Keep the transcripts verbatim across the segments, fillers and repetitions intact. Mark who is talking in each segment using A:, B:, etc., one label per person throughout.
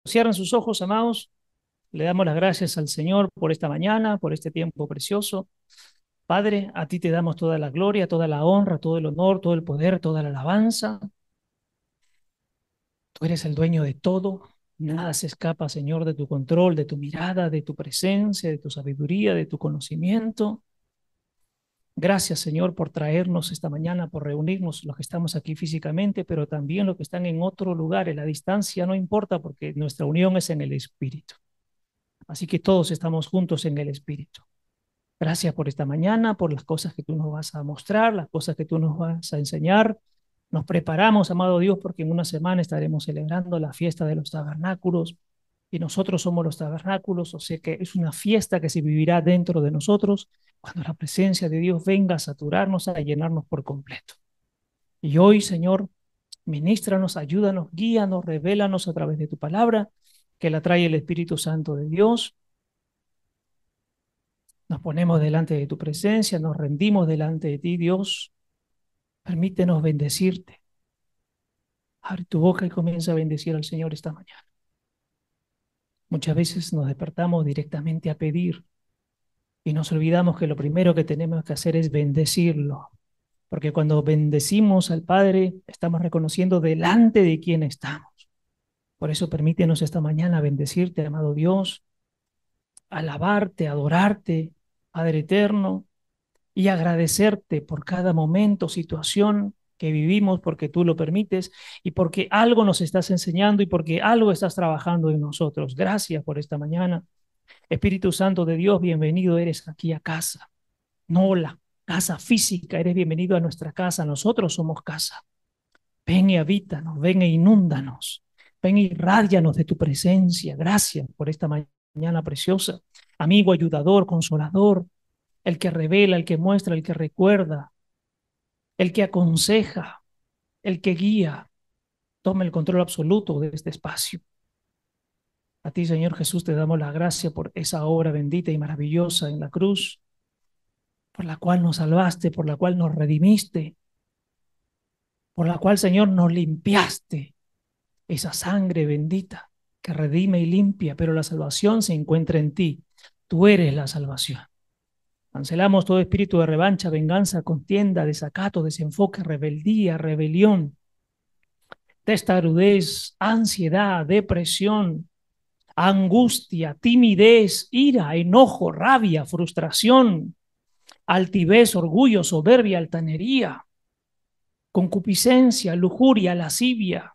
A: cierren sus ojos, amados. Le damos las gracias al Señor por esta mañana, por este tiempo precioso. Padre, a ti te damos toda la gloria, toda la honra, todo el honor, todo el poder, toda la alabanza. Tú eres el dueño de todo. Nada se escapa, Señor, de tu control, de tu mirada, de tu presencia, de tu sabiduría, de tu conocimiento. Gracias, Señor, por traernos esta mañana, por reunirnos los que estamos aquí físicamente, pero también los que están en otro lugar. En la distancia no importa porque nuestra unión es en el Espíritu. Así que todos estamos juntos en el Espíritu. Gracias por esta mañana, por las cosas que tú nos vas a mostrar, las cosas que tú nos vas a enseñar. Nos preparamos, amado Dios, porque en una semana estaremos celebrando la fiesta de los tabernáculos y nosotros somos los tabernáculos, o sea que es una fiesta que se vivirá dentro de nosotros cuando la presencia de Dios venga a saturarnos, a llenarnos por completo. Y hoy, Señor, ministranos, ayúdanos, guíanos, revélanos a través de tu palabra, que la trae el Espíritu Santo de Dios. Nos ponemos delante de tu presencia, nos rendimos delante de ti, Dios. Permítenos bendecirte. Abre tu boca y comienza a bendecir al Señor esta mañana. Muchas veces nos despertamos directamente a pedir y nos olvidamos que lo primero que tenemos que hacer es bendecirlo. Porque cuando bendecimos al Padre, estamos reconociendo delante de quién estamos. Por eso permítenos esta mañana bendecirte, amado Dios, alabarte, adorarte, Padre eterno, y agradecerte por cada momento, situación que vivimos, porque tú lo permites y porque algo nos estás enseñando y porque algo estás trabajando en nosotros. Gracias por esta mañana. Espíritu Santo de Dios, bienvenido eres aquí a casa. No la casa física, eres bienvenido a nuestra casa. Nosotros somos casa. Ven y habítanos, ven e inúndanos. Ven y irradianos de tu presencia. Gracias por esta mañana preciosa. Amigo, ayudador, consolador, el que revela, el que muestra, el que recuerda, el que aconseja, el que guía. Toma el control absoluto de este espacio. A ti, Señor Jesús, te damos la gracia por esa obra bendita y maravillosa en la cruz, por la cual nos salvaste, por la cual nos redimiste, por la cual, Señor, nos limpiaste. Esa sangre bendita que redime y limpia, pero la salvación se encuentra en ti. Tú eres la salvación. Cancelamos todo espíritu de revancha, venganza, contienda, desacato, desenfoque, rebeldía, rebelión, testarudez, ansiedad, depresión, angustia, timidez, ira, enojo, rabia, frustración, altivez, orgullo, soberbia, altanería, concupiscencia, lujuria, lascivia.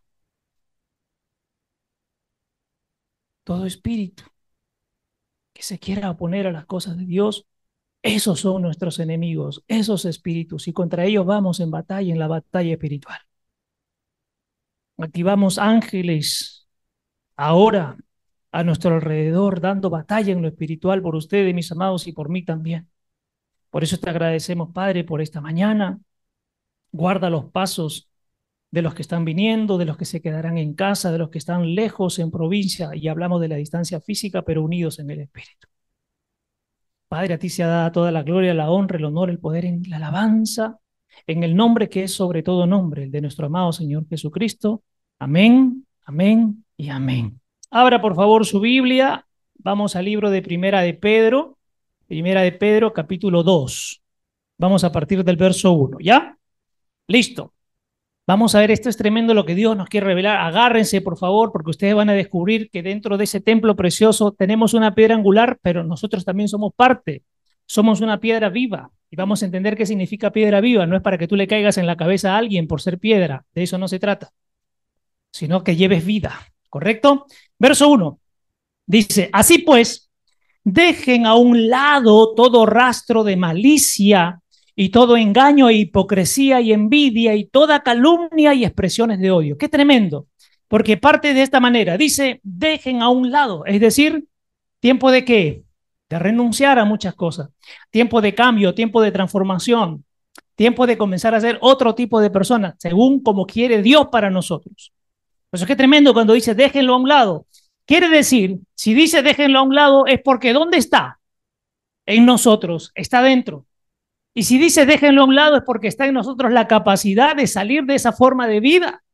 A: Todo espíritu que se quiera oponer a las cosas de Dios, esos son nuestros enemigos, esos espíritus, y contra ellos vamos en batalla, en la batalla espiritual. Activamos ángeles ahora a nuestro alrededor, dando batalla en lo espiritual por ustedes, mis amados, y por mí también. Por eso te agradecemos, Padre, por esta mañana. Guarda los pasos de los que están viniendo, de los que se quedarán en casa, de los que están lejos en provincia, y hablamos de la distancia física, pero unidos en el Espíritu. Padre, a ti se ha dado toda la gloria, la honra, el honor, el poder, en la alabanza, en el nombre que es sobre todo nombre, el de nuestro amado Señor Jesucristo. Amén, amén y amén. Abra por favor su Biblia, vamos al libro de Primera de Pedro, Primera de Pedro, capítulo dos. Vamos a partir del verso uno, ¿ya? Listo. Vamos a ver, esto es tremendo lo que Dios nos quiere revelar. Agárrense, por favor, porque ustedes van a descubrir que dentro de ese templo precioso tenemos una piedra angular, pero nosotros también somos parte. Somos una piedra viva. Y vamos a entender qué significa piedra viva. No es para que tú le caigas en la cabeza a alguien por ser piedra. De eso no se trata. Sino que lleves vida. ¿Correcto? Verso uno. Dice, así pues, dejen a un lado todo rastro de malicia y todo engaño e hipocresía y envidia y toda calumnia y expresiones de odio. ¡Qué tremendo! Porque parte de esta manera, dice, dejen a un lado, es decir, ¿tiempo de qué? De renunciar a muchas cosas, tiempo de cambio, tiempo de transformación, tiempo de comenzar a ser otro tipo de persona, según como quiere Dios para nosotros. Por eso es que tremendo cuando dice, déjenlo a un lado. Quiere decir, si dice déjenlo a un lado, es porque ¿dónde está? En nosotros, está dentro. Y si dice déjenlo a un lado es porque está en nosotros la capacidad de salir de esa forma de vida.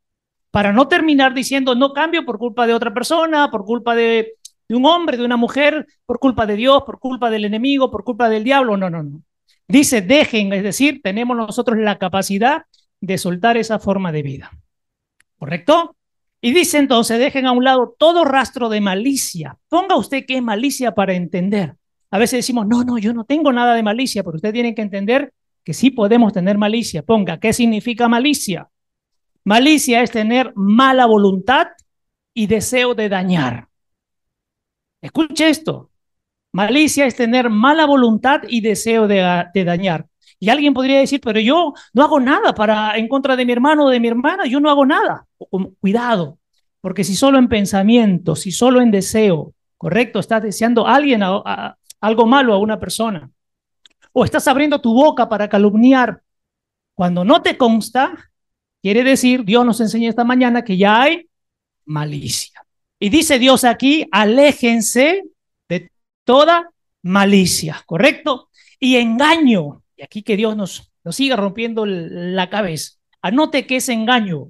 A: para no terminar diciendo no cambio por culpa de otra persona, por culpa de, de un hombre, de una mujer, por culpa de Dios, por culpa del enemigo, por culpa del diablo. No, no, no. Dice, dejen, es decir, tenemos nosotros la capacidad de soltar esa forma de vida. ¿Correcto? Y dice entonces, dejen a un lado todo rastro de malicia. Ponga usted qué es malicia para entender. A veces decimos, no, no, yo no tengo nada de malicia, pero usted tiene que entender que sí podemos tener malicia. Ponga, ¿qué significa malicia? Malicia es tener mala voluntad y deseo de dañar. Escuche esto. Malicia es tener mala voluntad y deseo de, de dañar. Y alguien podría decir, pero yo no hago nada para en contra de mi hermano o de mi hermana, yo no hago nada. Cuidado, porque si solo en pensamiento, si solo en deseo, correcto, estás deseando a alguien a, a, algo malo a una persona, o estás abriendo tu boca para calumniar, cuando no te consta, quiere decir, Dios nos enseña esta mañana que ya hay malicia. Y dice Dios aquí, aléjense de toda malicia, ¿correcto? Y engaño. Y aquí que Dios nos, nos siga rompiendo la cabeza. Anote que es engaño.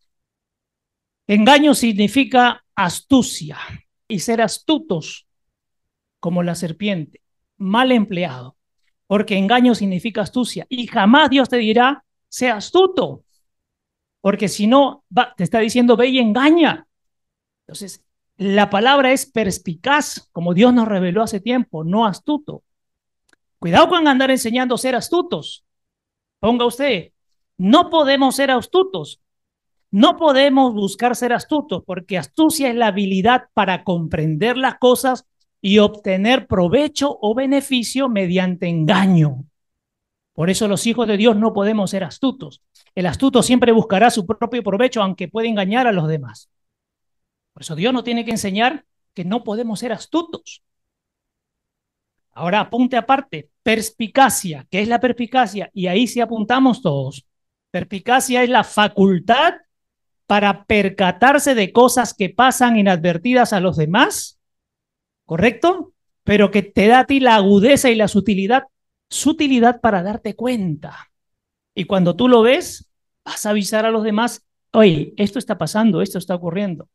A: Engaño significa astucia y ser astutos como la serpiente, mal empleado, porque engaño significa astucia y jamás Dios te dirá, sea astuto, porque si no, va, te está diciendo, ve y engaña. Entonces, la palabra es perspicaz, como Dios nos reveló hace tiempo, no astuto. Cuidado con andar enseñando a ser astutos. Ponga usted, no podemos ser astutos. No podemos buscar ser astutos, porque astucia es la habilidad para comprender las cosas y obtener provecho o beneficio mediante engaño. Por eso los hijos de Dios no podemos ser astutos. El astuto siempre buscará su propio provecho, aunque pueda engañar a los demás. Por eso Dios nos tiene que enseñar que no podemos ser astutos. Ahora apunte aparte, perspicacia. ¿Qué es la perspicacia? Y ahí sí apuntamos todos. Perspicacia es la facultad para percatarse de cosas que pasan inadvertidas a los demás, ¿correcto? Pero que te da a ti la agudeza y la sutilidad, sutilidad para darte cuenta. Y cuando tú lo ves, vas a avisar a los demás, oye, esto está pasando, esto está ocurriendo.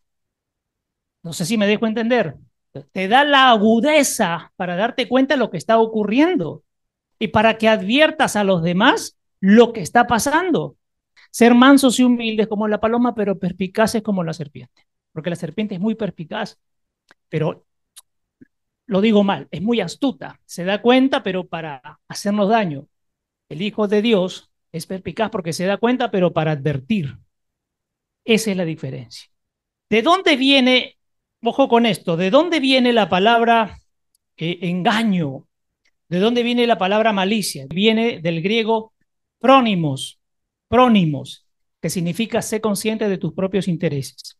A: No sé si me dejo entender. Te da la agudeza para darte cuenta de lo que está ocurriendo y para que adviertas a los demás lo que está pasando. Ser mansos y humildes como la paloma, pero perspicaces como la serpiente. Porque la serpiente es muy perspicaz, pero lo digo mal, es muy astuta. Se da cuenta, pero para hacernos daño. El Hijo de Dios es perspicaz porque se da cuenta, pero para advertir. Esa es la diferencia. ¿De dónde viene, ojo con esto, de dónde viene la palabra eh, engaño? ¿De dónde viene la palabra malicia? Viene del griego prónimos, prónimos, que significa ser consciente de tus propios intereses.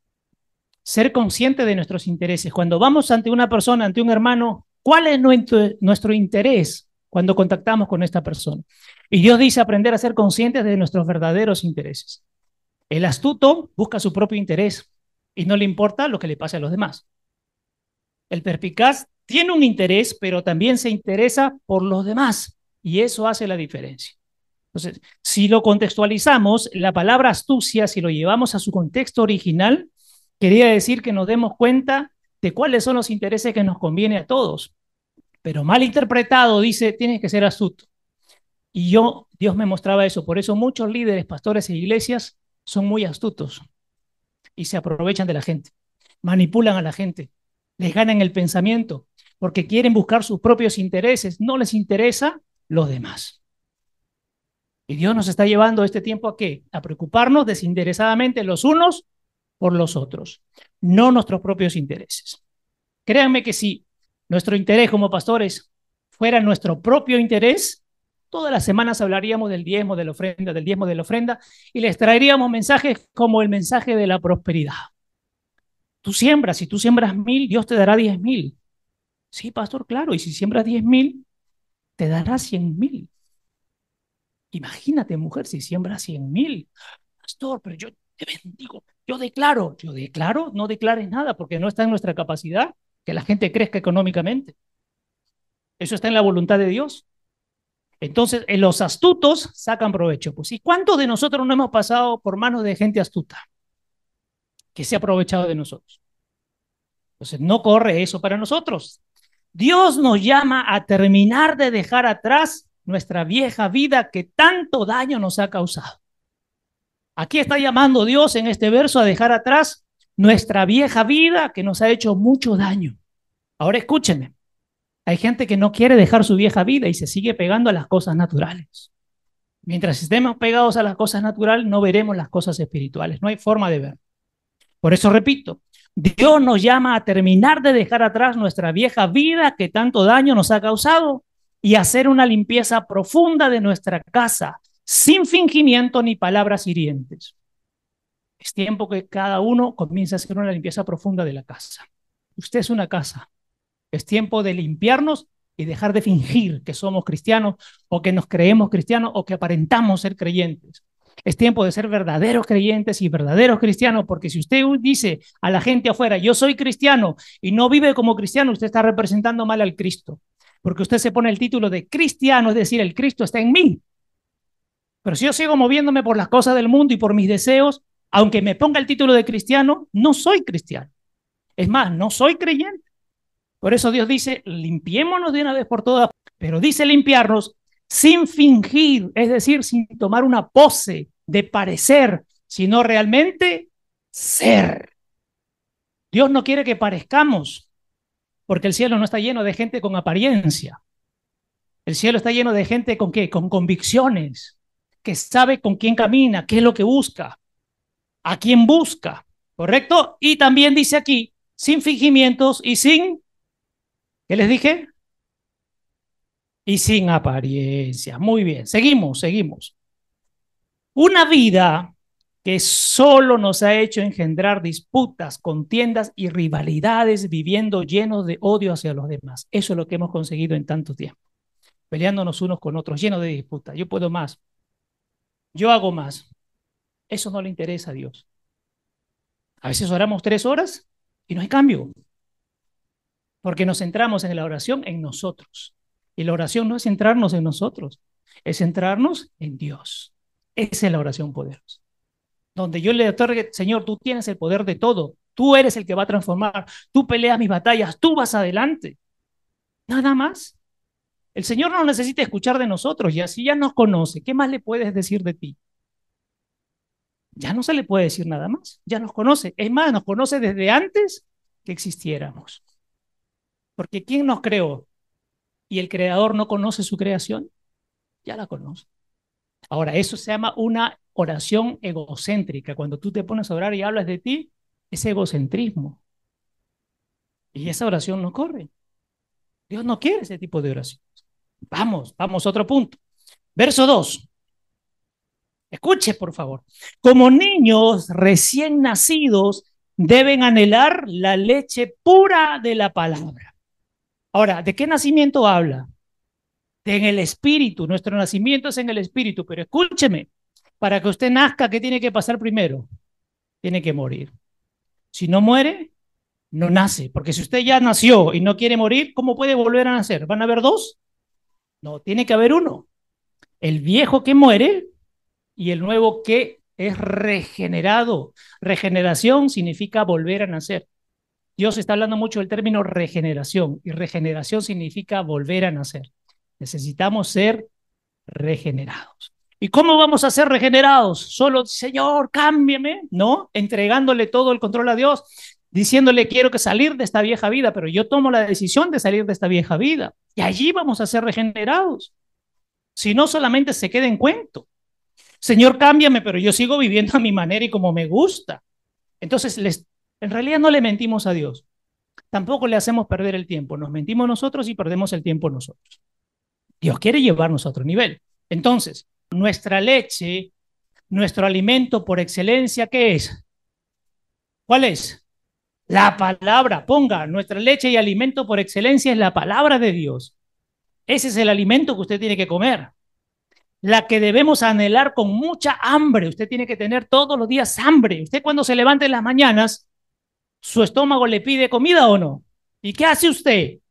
A: Ser consciente de nuestros intereses. Cuando vamos ante una persona, ante un hermano, ¿cuál es nuestro, nuestro interés cuando contactamos con esta persona? Y Dios dice aprender a ser conscientes de nuestros verdaderos intereses. El astuto busca su propio interés y no le importa lo que le pase a los demás. El perspicaz tiene un interés, pero también se interesa por los demás y eso hace la diferencia. Entonces, si lo contextualizamos, la palabra astucia, si lo llevamos a su contexto original, quería decir que nos demos cuenta de cuáles son los intereses que nos conviene a todos. Pero mal interpretado dice, tienes que ser astuto. Y yo, Dios me mostraba eso. Por eso muchos líderes, pastores e iglesias son muy astutos y se aprovechan de la gente, manipulan a la gente, les ganan el pensamiento porque quieren buscar sus propios intereses, no les interesa los demás. Y Dios nos está llevando este tiempo a qué? A preocuparnos desinteresadamente los unos por los otros, no nuestros propios intereses. Créanme que si nuestro interés como pastores fuera nuestro propio interés, todas las semanas hablaríamos del diezmo, de la ofrenda, del diezmo, de la ofrenda, y les traeríamos mensajes como el mensaje de la prosperidad. Tú siembras, si tú siembras mil, Dios te dará diez mil. Sí, pastor, claro, y si siembras diez mil, te dará cien mil. Imagínate, mujer, si siembras cien mil. Pastor, pero yo te bendigo, yo declaro. Yo declaro, no declares nada porque no está en nuestra capacidad que la gente crezca económicamente. Eso está en la voluntad de Dios. Entonces, eh, los astutos sacan provecho. Pues, ¿y cuántos de nosotros no hemos pasado por manos de gente astuta que se ha aprovechado de nosotros? Entonces, no corre eso para nosotros. Dios nos llama a terminar de dejar atrás nuestra vieja vida que tanto daño nos ha causado. Aquí está llamando Dios en este verso a dejar atrás nuestra vieja vida que nos ha hecho mucho daño. Ahora escúchenme. Hay gente que no quiere dejar su vieja vida y se sigue pegando a las cosas naturales. Mientras estemos pegados a las cosas naturales, no veremos las cosas espirituales. No hay forma de ver. Por eso repito, Dios nos llama a terminar de dejar atrás nuestra vieja vida que tanto daño nos ha causado y hacer una limpieza profunda de nuestra casa, sin fingimiento ni palabras hirientes. Es tiempo que cada uno comience a hacer una limpieza profunda de la casa. Usted es una casa. Es tiempo de limpiarnos y dejar de fingir que somos cristianos o que nos creemos cristianos o que aparentamos ser creyentes. Es tiempo de ser verdaderos creyentes y verdaderos cristianos, porque si usted dice a la gente afuera, yo soy cristiano y no vive como cristiano, usted está representando mal al Cristo, porque usted se pone el título de cristiano, es decir, el Cristo está en mí. Pero si yo sigo moviéndome por las cosas del mundo y por mis deseos, aunque me ponga el título de cristiano, no soy cristiano. Es más, no soy creyente. Por eso Dios dice, limpiémonos de una vez por todas, pero dice limpiarnos sin fingir, es decir, sin tomar una pose de parecer, sino realmente ser. Dios no quiere que parezcamos, porque el cielo no está lleno de gente con apariencia. El cielo está lleno de gente con qué, con convicciones, que sabe con quién camina, qué es lo que busca, a quién busca, ¿correcto? Y también dice aquí, sin fingimientos y sin, ¿qué les dije? Y sin apariencia. Muy bien, seguimos, seguimos. Una vida que solo nos ha hecho engendrar disputas, contiendas y rivalidades, viviendo llenos de odio hacia los demás. Eso es lo que hemos conseguido en tanto tiempo. Peleándonos unos con otros, llenos de disputas. Yo puedo más. Yo hago más. Eso no le interesa a Dios. A veces oramos tres horas y no hay cambio. Porque nos centramos en la oración en nosotros. Y la oración no es centrarnos en nosotros, es centrarnos en Dios. Esa es la oración poderosa. Donde yo le otorgue, Señor, tú tienes el poder de todo. Tú eres el que va a transformar. Tú peleas mis batallas. Tú vas adelante. Nada más. El Señor no necesita escuchar de nosotros. Y así ya nos conoce. ¿Qué más le puedes decir de ti? Ya no se le puede decir nada más. Ya nos conoce. Es más, nos conoce desde antes que existiéramos. Porque ¿quién nos creó? Y el creador no conoce su creación. Ya la conoce. Ahora, eso se llama una oración egocéntrica. Cuando tú te pones a orar y hablas de ti, es egocentrismo. Y esa oración no corre. Dios no quiere ese tipo de oración. Vamos, vamos a otro punto. Verso dos. Escuche, por favor. Como niños recién nacidos, deben anhelar la leche pura de la palabra. Ahora, ¿de qué nacimiento habla? En el espíritu. Nuestro nacimiento es en el espíritu. Pero escúcheme, para que usted nazca, ¿qué tiene que pasar primero? Tiene que morir. Si no muere, no nace. Porque si usted ya nació y no quiere morir, ¿cómo puede volver a nacer? ¿Van a haber dos? No, tiene que haber uno. El viejo que muere y el nuevo que es regenerado. Regeneración significa volver a nacer. Dios está hablando mucho del término regeneración y regeneración significa volver a nacer. Necesitamos ser regenerados. ¿Y cómo vamos a ser regenerados? Solo, Señor, cámbiame, ¿no? Entregándole todo el control a Dios, diciéndole, quiero que salir de esta vieja vida, pero yo tomo la decisión de salir de esta vieja vida. Y allí vamos a ser regenerados. Si no, solamente se queda en cuento. Señor, cámbiame, pero yo sigo viviendo a mi manera y como me gusta. Entonces, les, en realidad no le mentimos a Dios. Tampoco le hacemos perder el tiempo. Nos mentimos nosotros y perdemos el tiempo nosotros. Dios quiere llevarnos a otro nivel. Entonces, nuestra leche, nuestro alimento por excelencia, ¿qué es? ¿Cuál es? La palabra. Ponga, nuestra leche y alimento por excelencia es la palabra de Dios. Ese es el alimento que usted tiene que comer. La que debemos anhelar con mucha hambre. Usted tiene que tener todos los días hambre. Usted cuando se levanta en las mañanas, ¿su estómago le pide comida o no? ¿Y qué hace usted?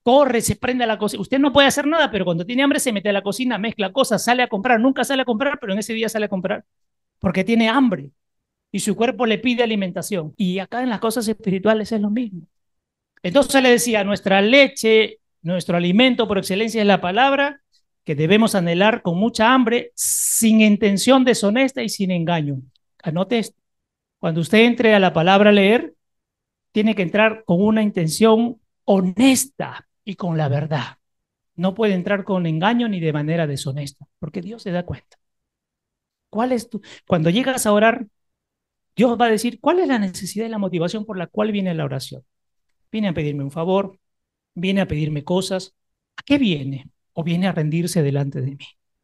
A: corre, se prende a la cocina. Usted no puede hacer nada, pero cuando tiene hambre se mete a la cocina, mezcla cosas, sale a comprar. Nunca sale a comprar, pero en ese día sale a comprar porque tiene hambre y su cuerpo le pide alimentación. Y acá en las cosas espirituales es lo mismo. Entonces le decía, nuestra leche, nuestro alimento por excelencia es la palabra que debemos anhelar con mucha hambre, sin intención deshonesta y sin engaño. Anote esto. Cuando usted entre a la palabra a leer, tiene que entrar con una intención honesta y con la verdad. No puede entrar con engaño ni de manera deshonesta, porque Dios se da cuenta. ¿Cuál es tu? Cuando llegas a orar, Dios va a decir, ¿cuál es la necesidad y la motivación por la cual viene la oración? ¿Viene a pedirme un favor? ¿Viene a pedirme cosas? ¿A qué viene? ¿O viene a rendirse delante de mí?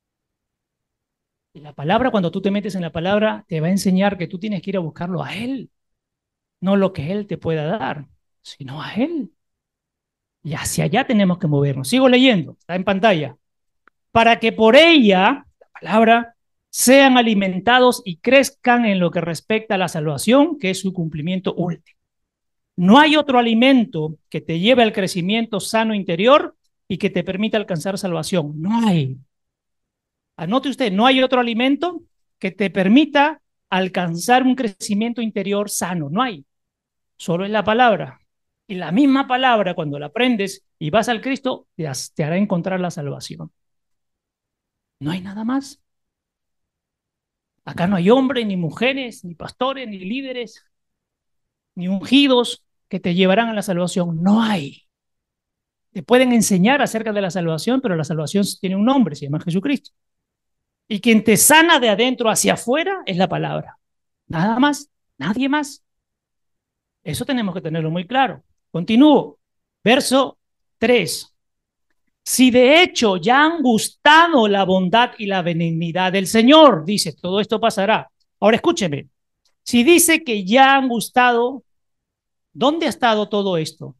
A: Y la palabra, cuando tú te metes en la palabra, te va a enseñar que tú tienes que ir a buscarlo a Él, no lo que Él te pueda dar, sino a Él. Y hacia allá tenemos que movernos. Sigo leyendo, está en pantalla. Para que por ella, la palabra, sean alimentados y crezcan en lo que respecta a la salvación, que es su cumplimiento último. No hay otro alimento que te lleve al crecimiento sano interior y que te permita alcanzar salvación. No hay. Anote usted, no hay otro alimento que te permita alcanzar un crecimiento interior sano. No hay. Solo es la palabra. Y la misma palabra, cuando la aprendes y vas al Cristo, te, te hará encontrar la salvación. No hay nada más. Acá no hay hombres, ni mujeres, ni pastores, ni líderes, ni ungidos que te llevarán a la salvación. No hay. Te pueden enseñar acerca de la salvación, pero la salvación tiene un nombre, se llama Jesucristo. Y quien te sana de adentro hacia afuera es la palabra. Nada más, nadie más. Eso tenemos que tenerlo muy claro. Continúo. Verso tres. Si de hecho ya han gustado la bondad y la benignidad del Señor, dice, todo esto pasará. Ahora escúcheme. Si dice que ya han gustado, ¿dónde ha estado todo esto?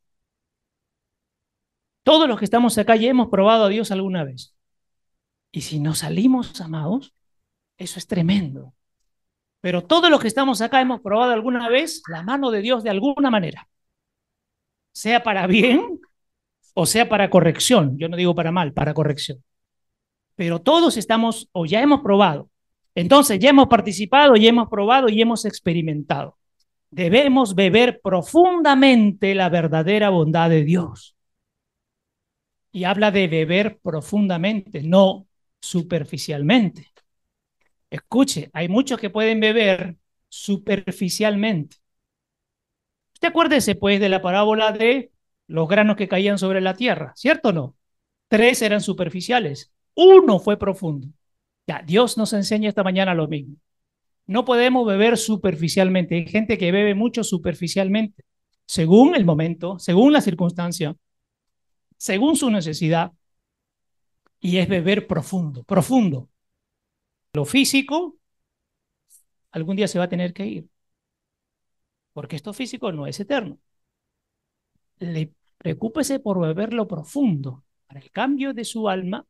A: Todos los que estamos acá ya hemos probado a Dios alguna vez. Y si nos salimos, amados, eso es tremendo. Pero todos los que estamos acá hemos probado alguna vez la mano de Dios de alguna manera. Sea para bien o sea para corrección. Yo no digo para mal, para corrección. Pero todos estamos o ya hemos probado. Entonces ya hemos participado, ya hemos probado y hemos experimentado. Debemos beber profundamente la verdadera bondad de Dios. Y habla de beber profundamente, no superficialmente. Escuche, hay muchos que pueden beber superficialmente. Usted acuérdese pues de la parábola de los granos que caían sobre la tierra, ¿cierto o no? Tres eran superficiales, uno fue profundo. Ya, Dios nos enseña esta mañana lo mismo. No podemos beber superficialmente. Hay gente que bebe mucho superficialmente, según el momento, según la circunstancia, según su necesidad, y es beber profundo, profundo. Lo físico algún día se va a tener que ir, porque esto físico no es eterno. Le preocúpese por beber lo profundo para el cambio de su alma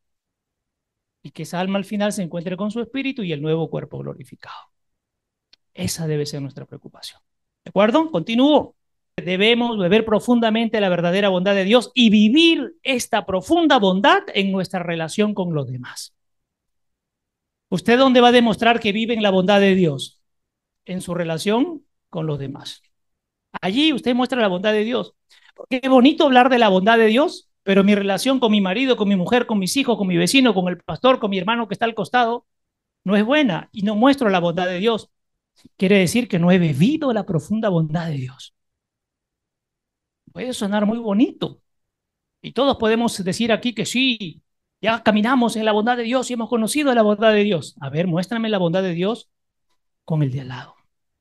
A: y que esa alma al final se encuentre con su espíritu y el nuevo cuerpo glorificado. Esa debe ser nuestra preocupación. ¿De acuerdo? Continúo. Debemos beber profundamente la verdadera bondad de Dios y vivir esta profunda bondad en nuestra relación con los demás. ¿Usted dónde va a demostrar que vive en la bondad de Dios? En su relación con los demás. Allí usted muestra la bondad de Dios. Porque es bonito hablar de la bondad de Dios, pero mi relación con mi marido, con mi mujer, con mis hijos, con mi vecino, con el pastor, con mi hermano que está al costado, no es buena y no muestro la bondad de Dios. Quiere decir que no he bebido la profunda bondad de Dios. Puede sonar muy bonito y todos podemos decir aquí que sí, ya caminamos en la bondad de Dios y hemos conocido la bondad de Dios. A ver, muéstrame la bondad de Dios con el de al lado.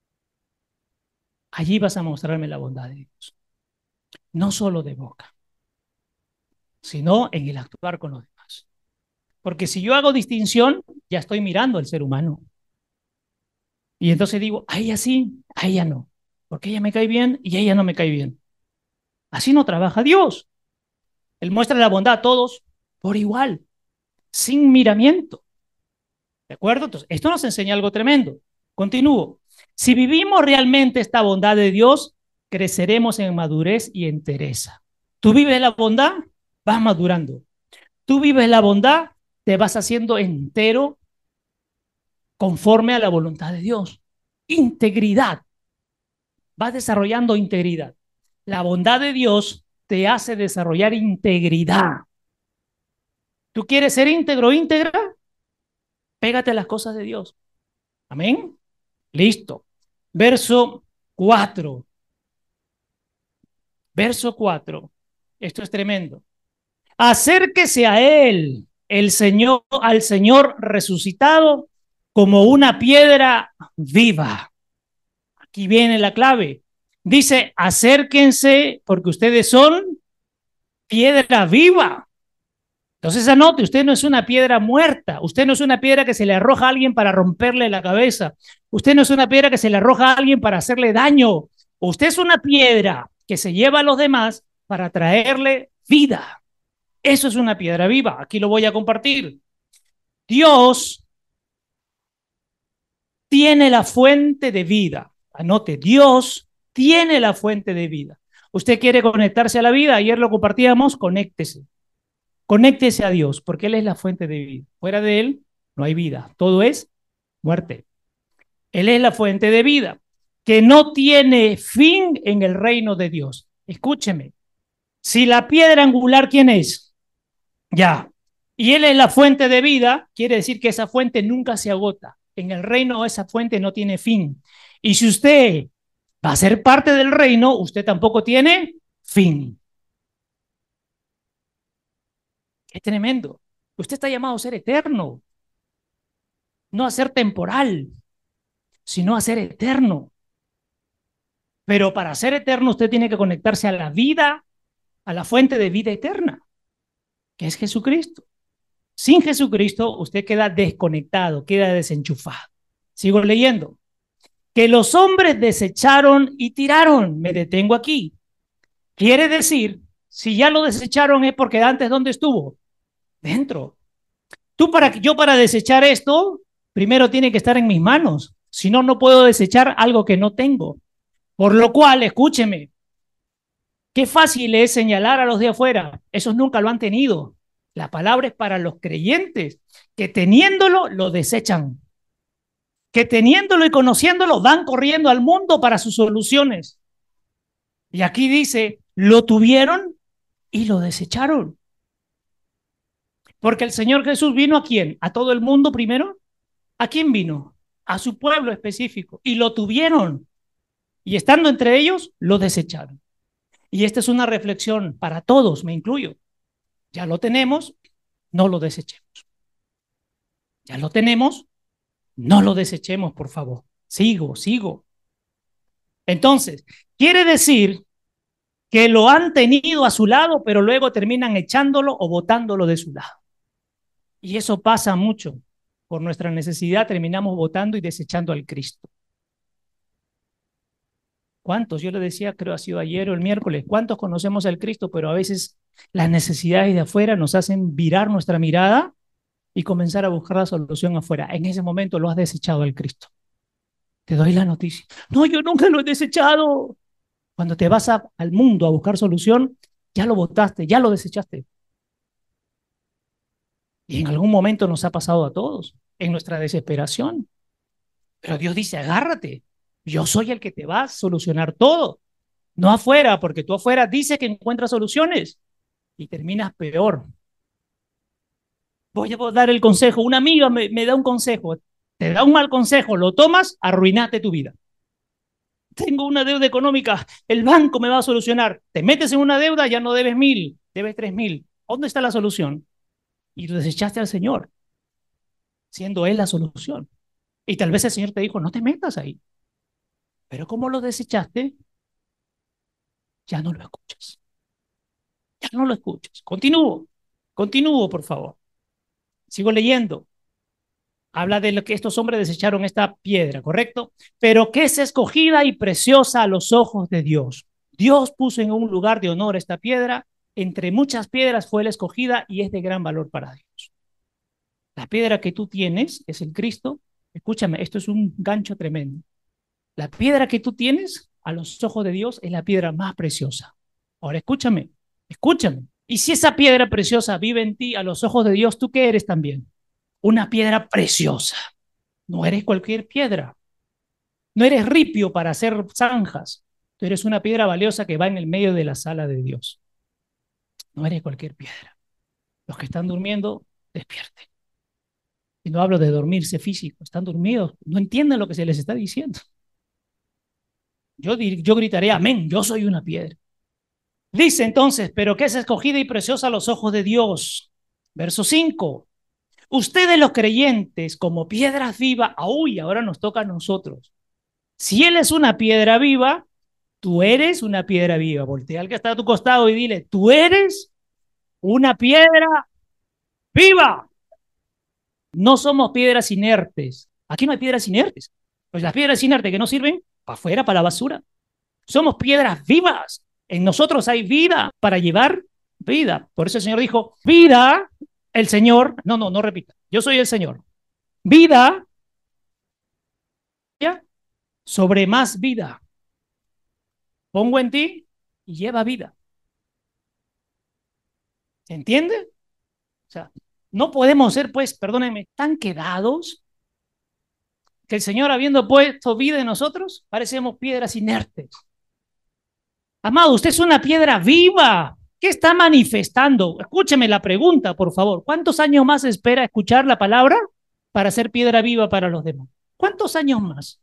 A: Allí vas a mostrarme la bondad de Dios. No solo de boca, sino en el actuar con los demás. Porque si yo hago distinción, ya estoy mirando al ser humano. Y entonces digo, a ella sí, a ella no. Porque ella me cae bien y a ella no me cae bien. Así no trabaja Dios. Él muestra la bondad a todos por igual, sin miramiento. ¿De acuerdo? Entonces, esto nos enseña algo tremendo. Continúo. Si vivimos realmente esta bondad de Dios, creceremos en madurez y entereza. Tú vives la bondad, vas madurando. Tú vives la bondad, te vas haciendo entero conforme a la voluntad de Dios. Integridad, vas desarrollando integridad. La bondad de Dios te hace desarrollar integridad. ¿Tú quieres ser íntegro, íntegra? Pégate a las cosas de Dios. Amén. Listo. Verso cuatro. Verso cuatro. Esto es tremendo. Acérquese a él, el Señor, al Señor resucitado como una piedra viva. Aquí viene la clave. Dice, acérquense porque ustedes son piedra viva. Entonces anote, usted no es una piedra muerta, usted no es una piedra que se le arroja a alguien para romperle la cabeza, usted no es una piedra que se le arroja a alguien para hacerle daño, usted es una piedra que se lleva a los demás para traerle vida. Eso es una piedra viva, aquí lo voy a compartir. Dios tiene la fuente de vida, anote, Dios tiene la fuente de vida. Usted quiere conectarse a la vida, ayer lo compartíamos, conéctese. Conéctese a Dios, porque Él es la fuente de vida. Fuera de Él no hay vida, todo es muerte. Él es la fuente de vida, que no tiene fin en el reino de Dios. Escúcheme, si la piedra angular, ¿quién es? Ya. Y Él es la fuente de vida, quiere decir que esa fuente nunca se agota. En el reino esa fuente no tiene fin. Y si usted va a ser parte del reino, usted tampoco tiene fin. Es tremendo. Usted está llamado a ser eterno, no a ser temporal, sino a ser eterno. Pero para ser eterno usted tiene que conectarse a la vida, a la fuente de vida eterna, que es Jesucristo. Sin Jesucristo usted queda desconectado, queda desenchufado. Sigo leyendo. Que los hombres desecharon y tiraron. Me detengo aquí. Quiere decir, si ya lo desecharon es porque antes ¿dónde estuvo? Dentro. Tú para yo para desechar esto, primero tiene que estar en mis manos. Si no, no puedo desechar algo que no tengo. Por lo cual, escúcheme, qué fácil es señalar a los de afuera. Esos nunca lo han tenido. La palabra es para los creyentes, que teniéndolo, lo desechan. Que teniéndolo y conociéndolo, van corriendo al mundo para sus soluciones. Y aquí dice, lo tuvieron y lo desecharon. Porque el Señor Jesús vino ¿a quién? ¿A todo el mundo primero? ¿A quién vino? A su pueblo específico. Y lo tuvieron. Y estando entre ellos, lo desecharon. Y esta es una reflexión para todos, me incluyo. Ya lo tenemos, no lo desechemos. Ya lo tenemos, no lo desechemos, por favor. Sigo, sigo. Entonces, quiere decir que lo han tenido a su lado, pero luego terminan echándolo o botándolo de su lado. Y eso pasa mucho. Por nuestra necesidad terminamos votando y desechando al Cristo. ¿Cuántos? Yo le decía, creo ha sido ayer o el miércoles, ¿cuántos conocemos al Cristo? Pero a veces las necesidades de afuera nos hacen virar nuestra mirada y comenzar a buscar la solución afuera. En ese momento lo has desechado al Cristo. Te doy la noticia. No, yo nunca lo he desechado. Cuando te vas a, al mundo a buscar solución, ya lo botaste, ya lo desechaste. Y en algún momento nos ha pasado a todos, en nuestra desesperación. Pero Dios dice, agárrate. Yo soy el que te va a solucionar todo. No afuera, porque tú afuera dices que encuentras soluciones y terminas peor. Voy a dar el consejo. Una amiga me, me da un consejo. Te da un mal consejo, lo tomas, arruinaste tu vida. Tengo una deuda económica, el banco me va a solucionar. Te metes en una deuda, ya no debes mil, debes tres mil. ¿Dónde está la solución? Y lo desechaste al Señor, siendo Él la solución. Y tal vez el Señor te dijo, no te metas ahí. Pero como lo desechaste, ya no lo escuchas. Ya no lo escuchas. Continúo, continúo, por favor. Sigo leyendo. Habla de lo que estos hombres desecharon esta piedra, ¿correcto? Pero que es escogida y preciosa a los ojos de Dios. Dios puso en un lugar de honor esta piedra. Entre muchas piedras fue la escogida y es de gran valor para Dios. La piedra que tú tienes es el Cristo. Escúchame, esto es un gancho tremendo. La piedra que tú tienes a los ojos de Dios es la piedra más preciosa. Ahora escúchame. Escúchame. Y si esa piedra preciosa vive en ti, a los ojos de Dios, ¿tú qué eres también? Una piedra preciosa. No eres cualquier piedra. No eres ripio para hacer zanjas. Tú eres una piedra valiosa que va en el medio de la sala de Dios. No eres cualquier piedra. Los que están durmiendo, despierten. Y no hablo de dormirse físico. Están dormidos. No entienden lo que se les está diciendo. Yo, yo gritaré, amén, yo soy una piedra. Dice entonces, pero que es escogida y preciosa a los ojos de Dios. Verso cinco. Ustedes los creyentes, como piedras vivas, uy, ahora nos toca a nosotros. Si Él es una piedra viva, tú eres una piedra viva. Voltea al que está a tu costado y dile, tú eres una piedra viva. No somos piedras inertes. Aquí no hay piedras inertes. Pues las piedras inertes que no sirven, para afuera, para la basura. Somos piedras vivas. En nosotros hay vida para llevar vida. Por eso el Señor dijo, vida, el Señor, no, no, no repita, yo soy el Señor. Vida sobre más vida. Pongo en ti y lleva vida. ¿Se entiende? O sea, no podemos ser, pues, perdónenme, tan quedados que el Señor, habiendo puesto vida en nosotros, parecemos piedras inertes. Amado, usted es una piedra viva. ¿Qué está manifestando? Escúcheme la pregunta, por favor. ¿Cuántos años más espera escuchar la palabra para ser piedra viva para los demás? ¿Cuántos años más?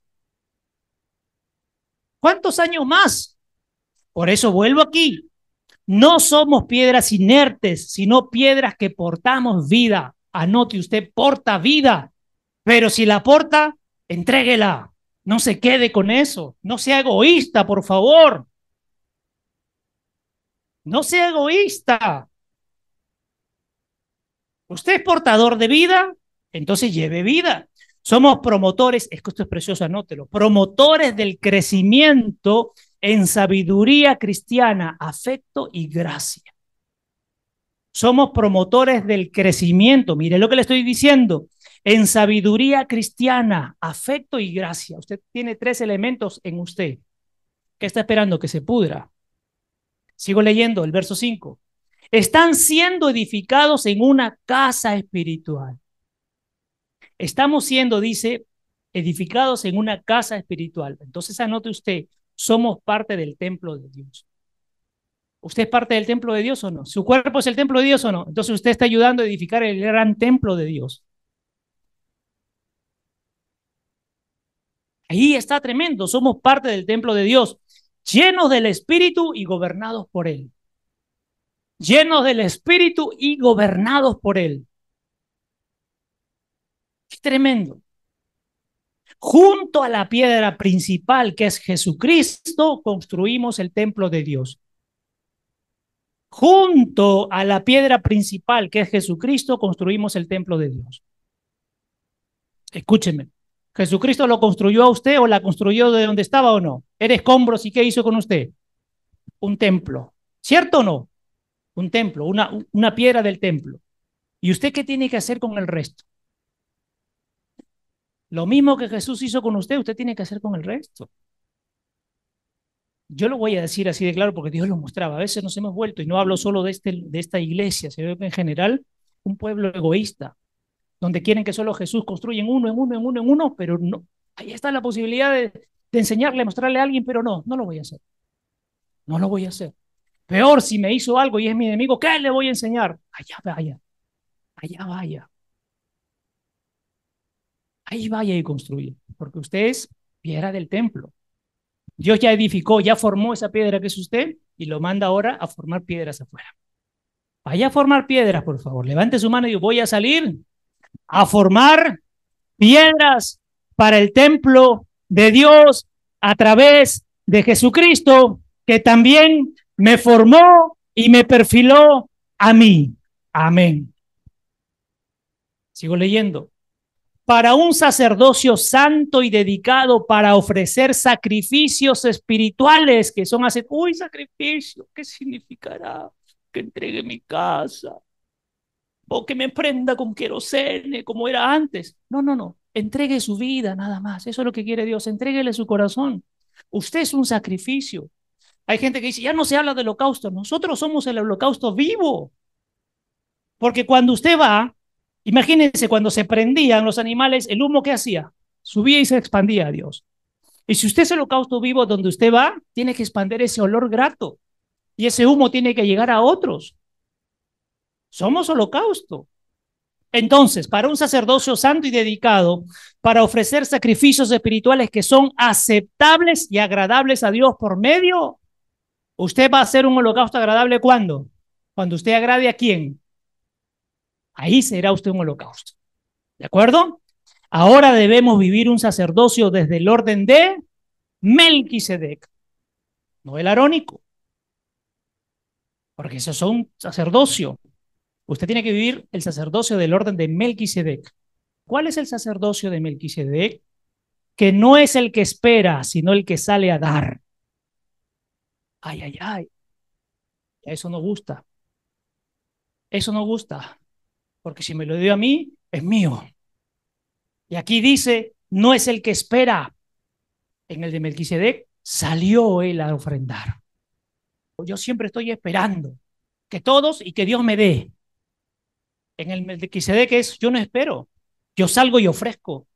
A: ¿Cuántos años más? Por eso vuelvo aquí. No somos piedras inertes, sino piedras que portamos vida. Anote usted, porta vida. Pero si la porta, entréguela. No se quede con eso. No sea egoísta, por favor. No sea egoísta. Usted es portador de vida, entonces lleve vida. Somos promotores, es que esto es precioso, anótelo, promotores del crecimiento en sabiduría cristiana, afecto y gracia. Somos promotores del crecimiento, mire lo que le estoy diciendo, en sabiduría cristiana, afecto y gracia. Usted tiene tres elementos en usted. ¿Qué está esperando? Que se pudra. Sigo leyendo el verso cinco. Están siendo edificados en una casa espiritual. Estamos siendo, dice, edificados en una casa espiritual. Entonces anote usted, somos parte del templo de Dios. ¿Usted es parte del templo de Dios o no? ¿Su cuerpo es el templo de Dios o no? Entonces usted está ayudando a edificar el gran templo de Dios. Ahí está tremendo, somos parte del templo de Dios, llenos del Espíritu y gobernados por Él. Llenos del Espíritu y gobernados por Él. Qué tremendo. Junto a la piedra principal que es Jesucristo, construimos el templo de Dios. Junto a la piedra principal que es Jesucristo, construimos el templo de Dios. Escúcheme, ¿Jesucristo lo construyó a usted o la construyó de donde estaba o no? Era escombros y ¿qué hizo con usted? Un templo, ¿cierto o no? Un templo, una, una piedra del templo. ¿Y usted qué tiene que hacer con el resto? Lo mismo que Jesús hizo con usted, usted tiene que hacer con el resto. Yo lo voy a decir así de claro porque Dios lo mostraba. A veces nos hemos vuelto, y no hablo solo de, este, de esta iglesia, sino que en general, un pueblo egoísta, donde quieren que solo Jesús construya en uno, en uno, en uno, en uno, pero no. Ahí está la posibilidad de, de enseñarle, mostrarle a alguien, pero no, no lo voy a hacer. No lo voy a hacer. Peor si me hizo algo y es mi enemigo, ¿qué le voy a enseñar? Allá vaya, allá vaya. Ahí vaya y construye, porque usted es piedra del templo. Dios ya edificó, ya formó esa piedra que es usted y lo manda ahora a formar piedras afuera. Vaya a formar piedras, por favor. Levante su mano y digo, voy a salir a formar piedras para el templo de Dios a través de Jesucristo, que también me formó y me perfiló a mí. Amén. Sigo leyendo. Para un sacerdocio santo y dedicado para ofrecer sacrificios espirituales que son hacer, uy, sacrificio, ¿qué significará? Que entregue mi casa o que me prenda con querosene como era antes. No, no, no, entregue su vida nada más, eso es lo que quiere Dios, entréguele su corazón. Usted es un sacrificio. Hay gente que dice, ya no se habla del holocausto. Nosotros somos el holocausto vivo. Porque cuando usted va, imagínense, cuando se prendían los animales, el humo, ¿qué hacía? Subía y se expandía a Dios. Y si usted es el holocausto vivo donde usted va, tiene que expandir ese olor grato. Y ese humo tiene que llegar a otros. Somos holocausto. Entonces, para un sacerdocio santo y dedicado, para ofrecer sacrificios espirituales que son aceptables y agradables a Dios por medio, usted va a hacer un holocausto agradable ¿cuándo? Cuando usted agrade a quién. Ahí será usted un holocausto. ¿De acuerdo? Ahora debemos vivir un sacerdocio desde el orden de Melquisedec, no el arónico, porque eso es un sacerdocio. Usted tiene que vivir el sacerdocio del orden de Melquisedec. ¿Cuál es el sacerdocio de Melquisedec? Que no es el que espera, sino el que sale a dar. Ay, ay, ay. Eso no gusta. Eso no gusta. Porque si me lo dio a mí, es mío. Y aquí dice, no es el que espera. En el de Melquisedec salió él a ofrendar. Yo siempre estoy esperando que todos y que Dios me dé. En el Melquisedec es, yo no espero. Yo salgo y ofrezco.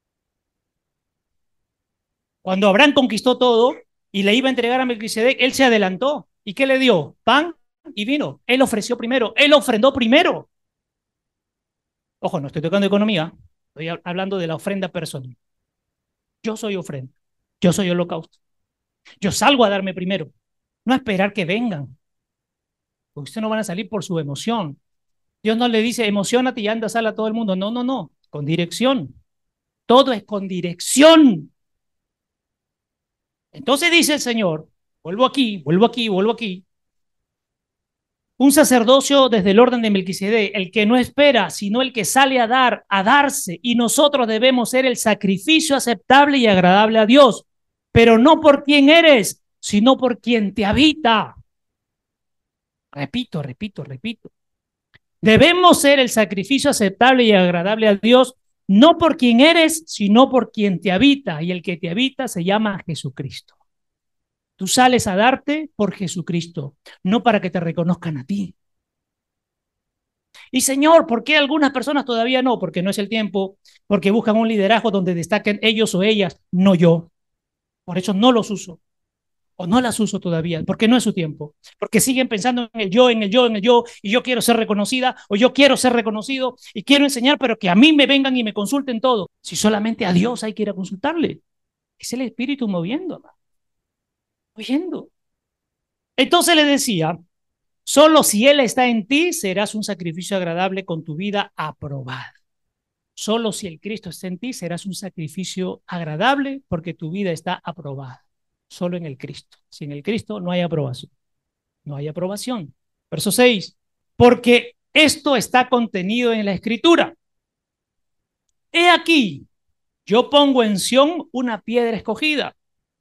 A: Cuando Abraham conquistó todo y le iba a entregar a Melquisedec, él se adelantó. ¿Y qué le dio? Pan y vino. Él ofreció primero. Él ofrendó primero. Ojo, no estoy tocando economía. Estoy hablando de la ofrenda personal. Yo soy ofrenda. Yo soy holocausto. Yo salgo a darme primero. No a esperar que vengan. Porque ustedes no van a salir por su emoción. Dios no le dice, emocionate y anda, sal a todo el mundo. No, no, no. Con dirección. Todo es con dirección. Entonces dice el Señor, vuelvo aquí, vuelvo aquí, vuelvo aquí. Un sacerdocio desde el orden de Melquisedec, el que no espera, sino el que sale a dar, a darse. Y nosotros debemos ser el sacrificio aceptable y agradable a Dios. Pero no por quien eres, sino por quien te habita. Repito, repito, repito. Debemos ser el sacrificio aceptable y agradable a Dios, no por quien eres, sino por quien te habita. Y el que te habita se llama Jesucristo. Tú sales a darte por Jesucristo, no para que te reconozcan a ti. Y Señor, ¿por qué algunas personas todavía no? Porque no es el tiempo, porque buscan un liderazgo donde destaquen ellos o ellas, no yo. Por eso no los uso. O no las uso todavía, porque no es su tiempo, porque siguen pensando en el yo, en el yo, en el yo, y yo quiero ser reconocida, o yo quiero ser reconocido, y quiero enseñar, pero que a mí me vengan y me consulten todo, si solamente a Dios hay que ir a consultarle. Es el Espíritu moviendo, moviendo. Entonces le decía, solo si Él está en ti, serás un sacrificio agradable con tu vida aprobada. Solo si el Cristo está en ti, serás un sacrificio agradable porque tu vida está aprobada. Solo en el Cristo. Sin el Cristo no hay aprobación. No hay aprobación. Verso seis. Porque esto está contenido en la Escritura. He aquí, yo pongo en Sión una piedra escogida,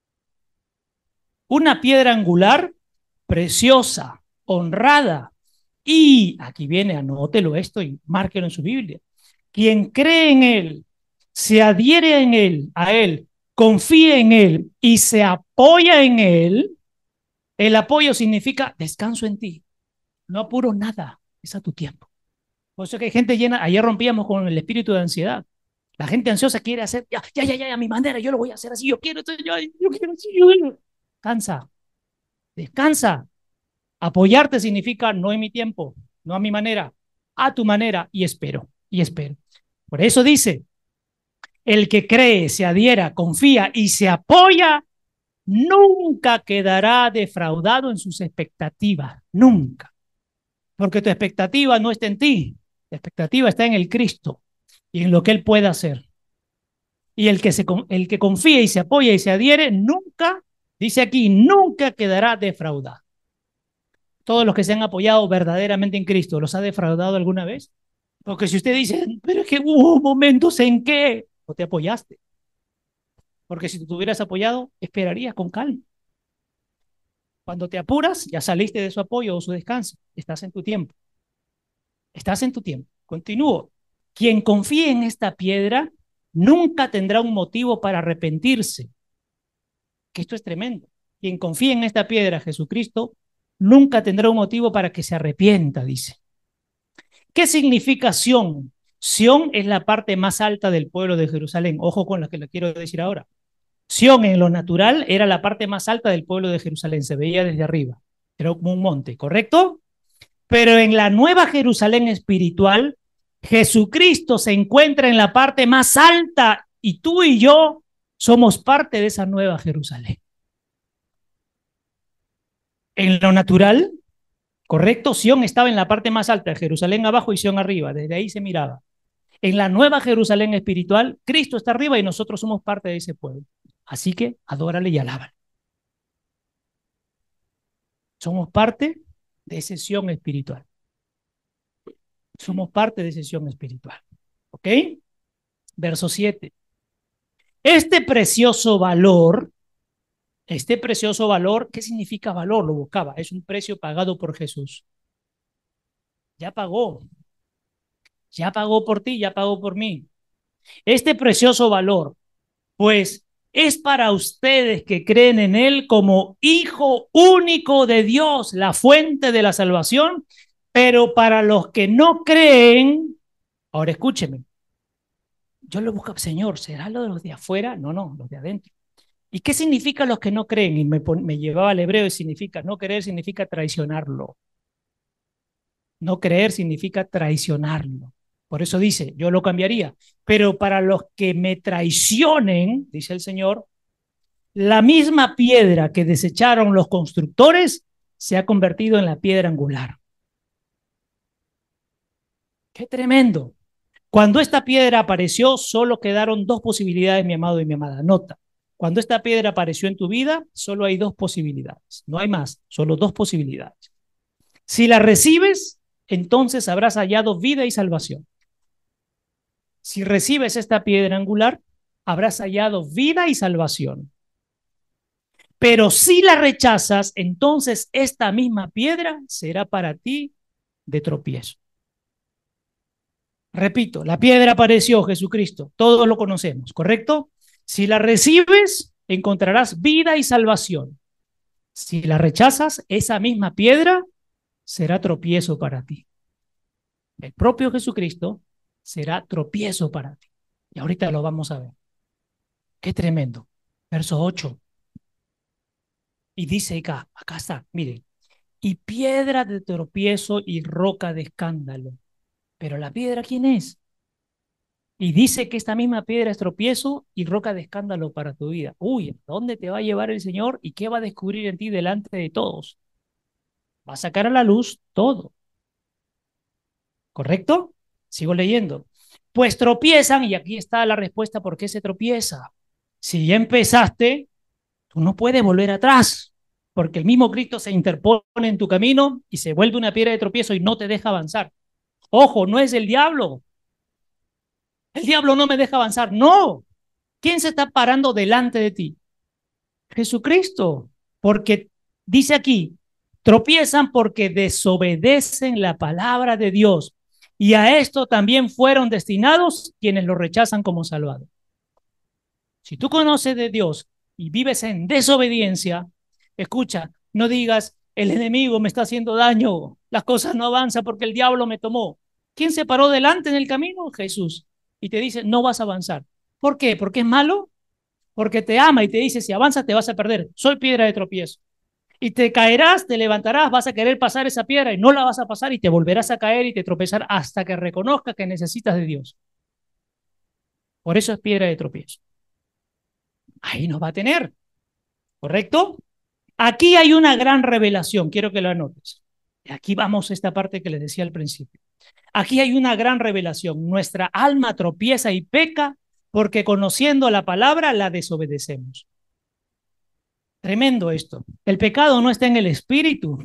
A: una piedra angular, preciosa, honrada. Y aquí viene, anótelo esto y márquelo en su Biblia. Quien cree en Él, se adhiere en Él, a Él, confía en Él y se apoya en Él, el apoyo significa descanso en ti. No apuro nada, es a tu tiempo. Por eso que hay gente llena, ayer rompíamos con el espíritu de ansiedad. La gente ansiosa quiere hacer, ya, ya, ya, ya, a mi manera, yo lo voy a hacer así, yo quiero, yo, yo quiero así, yo quiero. Descansa, descansa. Apoyarte significa no en mi tiempo, no a mi manera, a tu manera y espero, y espero. Por eso dice, el que cree, se adhiera, confía y se apoya, nunca quedará defraudado en sus expectativas, nunca. Porque tu expectativa no está en ti, la expectativa está en el Cristo y en lo que Él puede hacer. Y el que, se, el que confía y se apoya y se adhiere, nunca, dice aquí, nunca quedará defraudado. Todos los que se han apoyado verdaderamente en Cristo, ¿los ha defraudado alguna vez? Porque si usted dice, pero es que hubo momentos en que no te apoyaste. Porque si te hubieras apoyado, esperarías con calma. Cuando te apuras, ya saliste de su apoyo o su descanso. Estás en tu tiempo. Estás en tu tiempo. Continúo. Quien confíe en esta piedra nunca tendrá un motivo para arrepentirse. Que esto es tremendo. quien confía en esta piedra, Jesucristo, nunca tendrá un motivo para que se arrepienta, dice. ¿Qué significa Sión? Sión es la parte más alta del pueblo de Jerusalén. Ojo con lo que le quiero decir ahora. Sión en lo natural era la parte más alta del pueblo de Jerusalén, se veía desde arriba, era como un monte, ¿correcto? Pero en la nueva Jerusalén espiritual, Jesucristo se encuentra en la parte más alta y tú y yo somos parte de esa nueva Jerusalén. En lo natural, ¿correcto? Sión estaba en la parte más alta, Jerusalén abajo y Sión arriba, desde ahí se miraba. En la nueva Jerusalén espiritual, Cristo está arriba y nosotros somos parte de ese pueblo. Así que adórale y alábale. Somos parte de esa Sión espiritual. Somos parte de esa Sión espiritual. ¿Ok? Verso siete. Este precioso valor, este precioso valor, ¿qué significa valor? Lo buscaba. Es un precio pagado por Jesús. Ya pagó. Ya pagó por ti, ya pagó por mí. Este precioso valor, pues, es para ustedes que creen en Él como Hijo único de Dios, la fuente de la salvación, pero para los que no creen, ahora escúcheme, yo lo busco, Señor, ¿será lo de los de afuera? No, no, los de adentro. ¿Y qué significa los que no creen? Y me, me llevaba al hebreo y significa, no creer significa traicionarlo. No creer significa traicionarlo. Por eso dice, yo lo cambiaría. Pero para los que me traicionen, dice el Señor, la misma piedra que desecharon los constructores se ha convertido en la piedra angular. ¡Qué tremendo! Cuando esta piedra apareció, solo quedaron dos posibilidades, mi amado y mi amada. Nota, cuando esta piedra apareció en tu vida, solo hay dos posibilidades. No hay más, solo dos posibilidades. Si la recibes, entonces habrás hallado vida y salvación. Si recibes esta piedra angular, habrás hallado vida y salvación. Pero si la rechazas, entonces esta misma piedra será para ti de tropiezo. Repito, la piedra apareció, Jesucristo, todos lo conocemos, ¿correcto? Si la recibes, encontrarás vida y salvación. Si la rechazas, esa misma piedra será tropiezo para ti. El propio Jesucristo será tropiezo para ti. Y ahorita lo vamos a ver. Qué tremendo. Verso ocho. Y dice acá, acá está, miren, y piedra de tropiezo y roca de escándalo. Pero la piedra, ¿quién es? Y dice que esta misma piedra es tropiezo y roca de escándalo para tu vida. Uy, ¿a dónde te va a llevar el Señor y qué va a descubrir en ti delante de todos? Va a sacar a la luz todo. ¿Correcto? Sigo leyendo. Pues tropiezan, y aquí está la respuesta por qué se tropieza. Si ya empezaste, tú no puedes volver atrás, porque el mismo Cristo se interpone en tu camino y se vuelve una piedra de tropiezo y no te deja avanzar. Ojo, no es el diablo. El diablo no me deja avanzar. No. ¿Quién se está parando delante de ti? Jesucristo. Porque dice aquí, tropiezan porque desobedecen la palabra de Dios. Y a esto también fueron destinados quienes lo rechazan como Salvador. Si tú conoces de Dios y vives en desobediencia, escucha, no digas, el enemigo me está haciendo daño, las cosas no avanzan porque el diablo me tomó. ¿Quién se paró delante en el camino? Jesús. Y te dice, no vas a avanzar. ¿Por qué? ¿Porque es malo? Porque te ama y te dice, si avanzas te vas a perder. Soy piedra de tropiezo. Y te caerás, te levantarás, vas a querer pasar esa piedra y no la vas a pasar y te volverás a caer y te tropezar hasta que reconozcas que necesitas de Dios. Por eso es piedra de tropiezo. Ahí nos va a tener, ¿correcto? Aquí hay una gran revelación, quiero que lo anotes. Aquí vamos a esta parte que les decía al principio. Aquí hay una gran revelación. Nuestra alma tropieza y peca porque conociendo la palabra la desobedecemos. Tremendo esto. El pecado no está en el espíritu.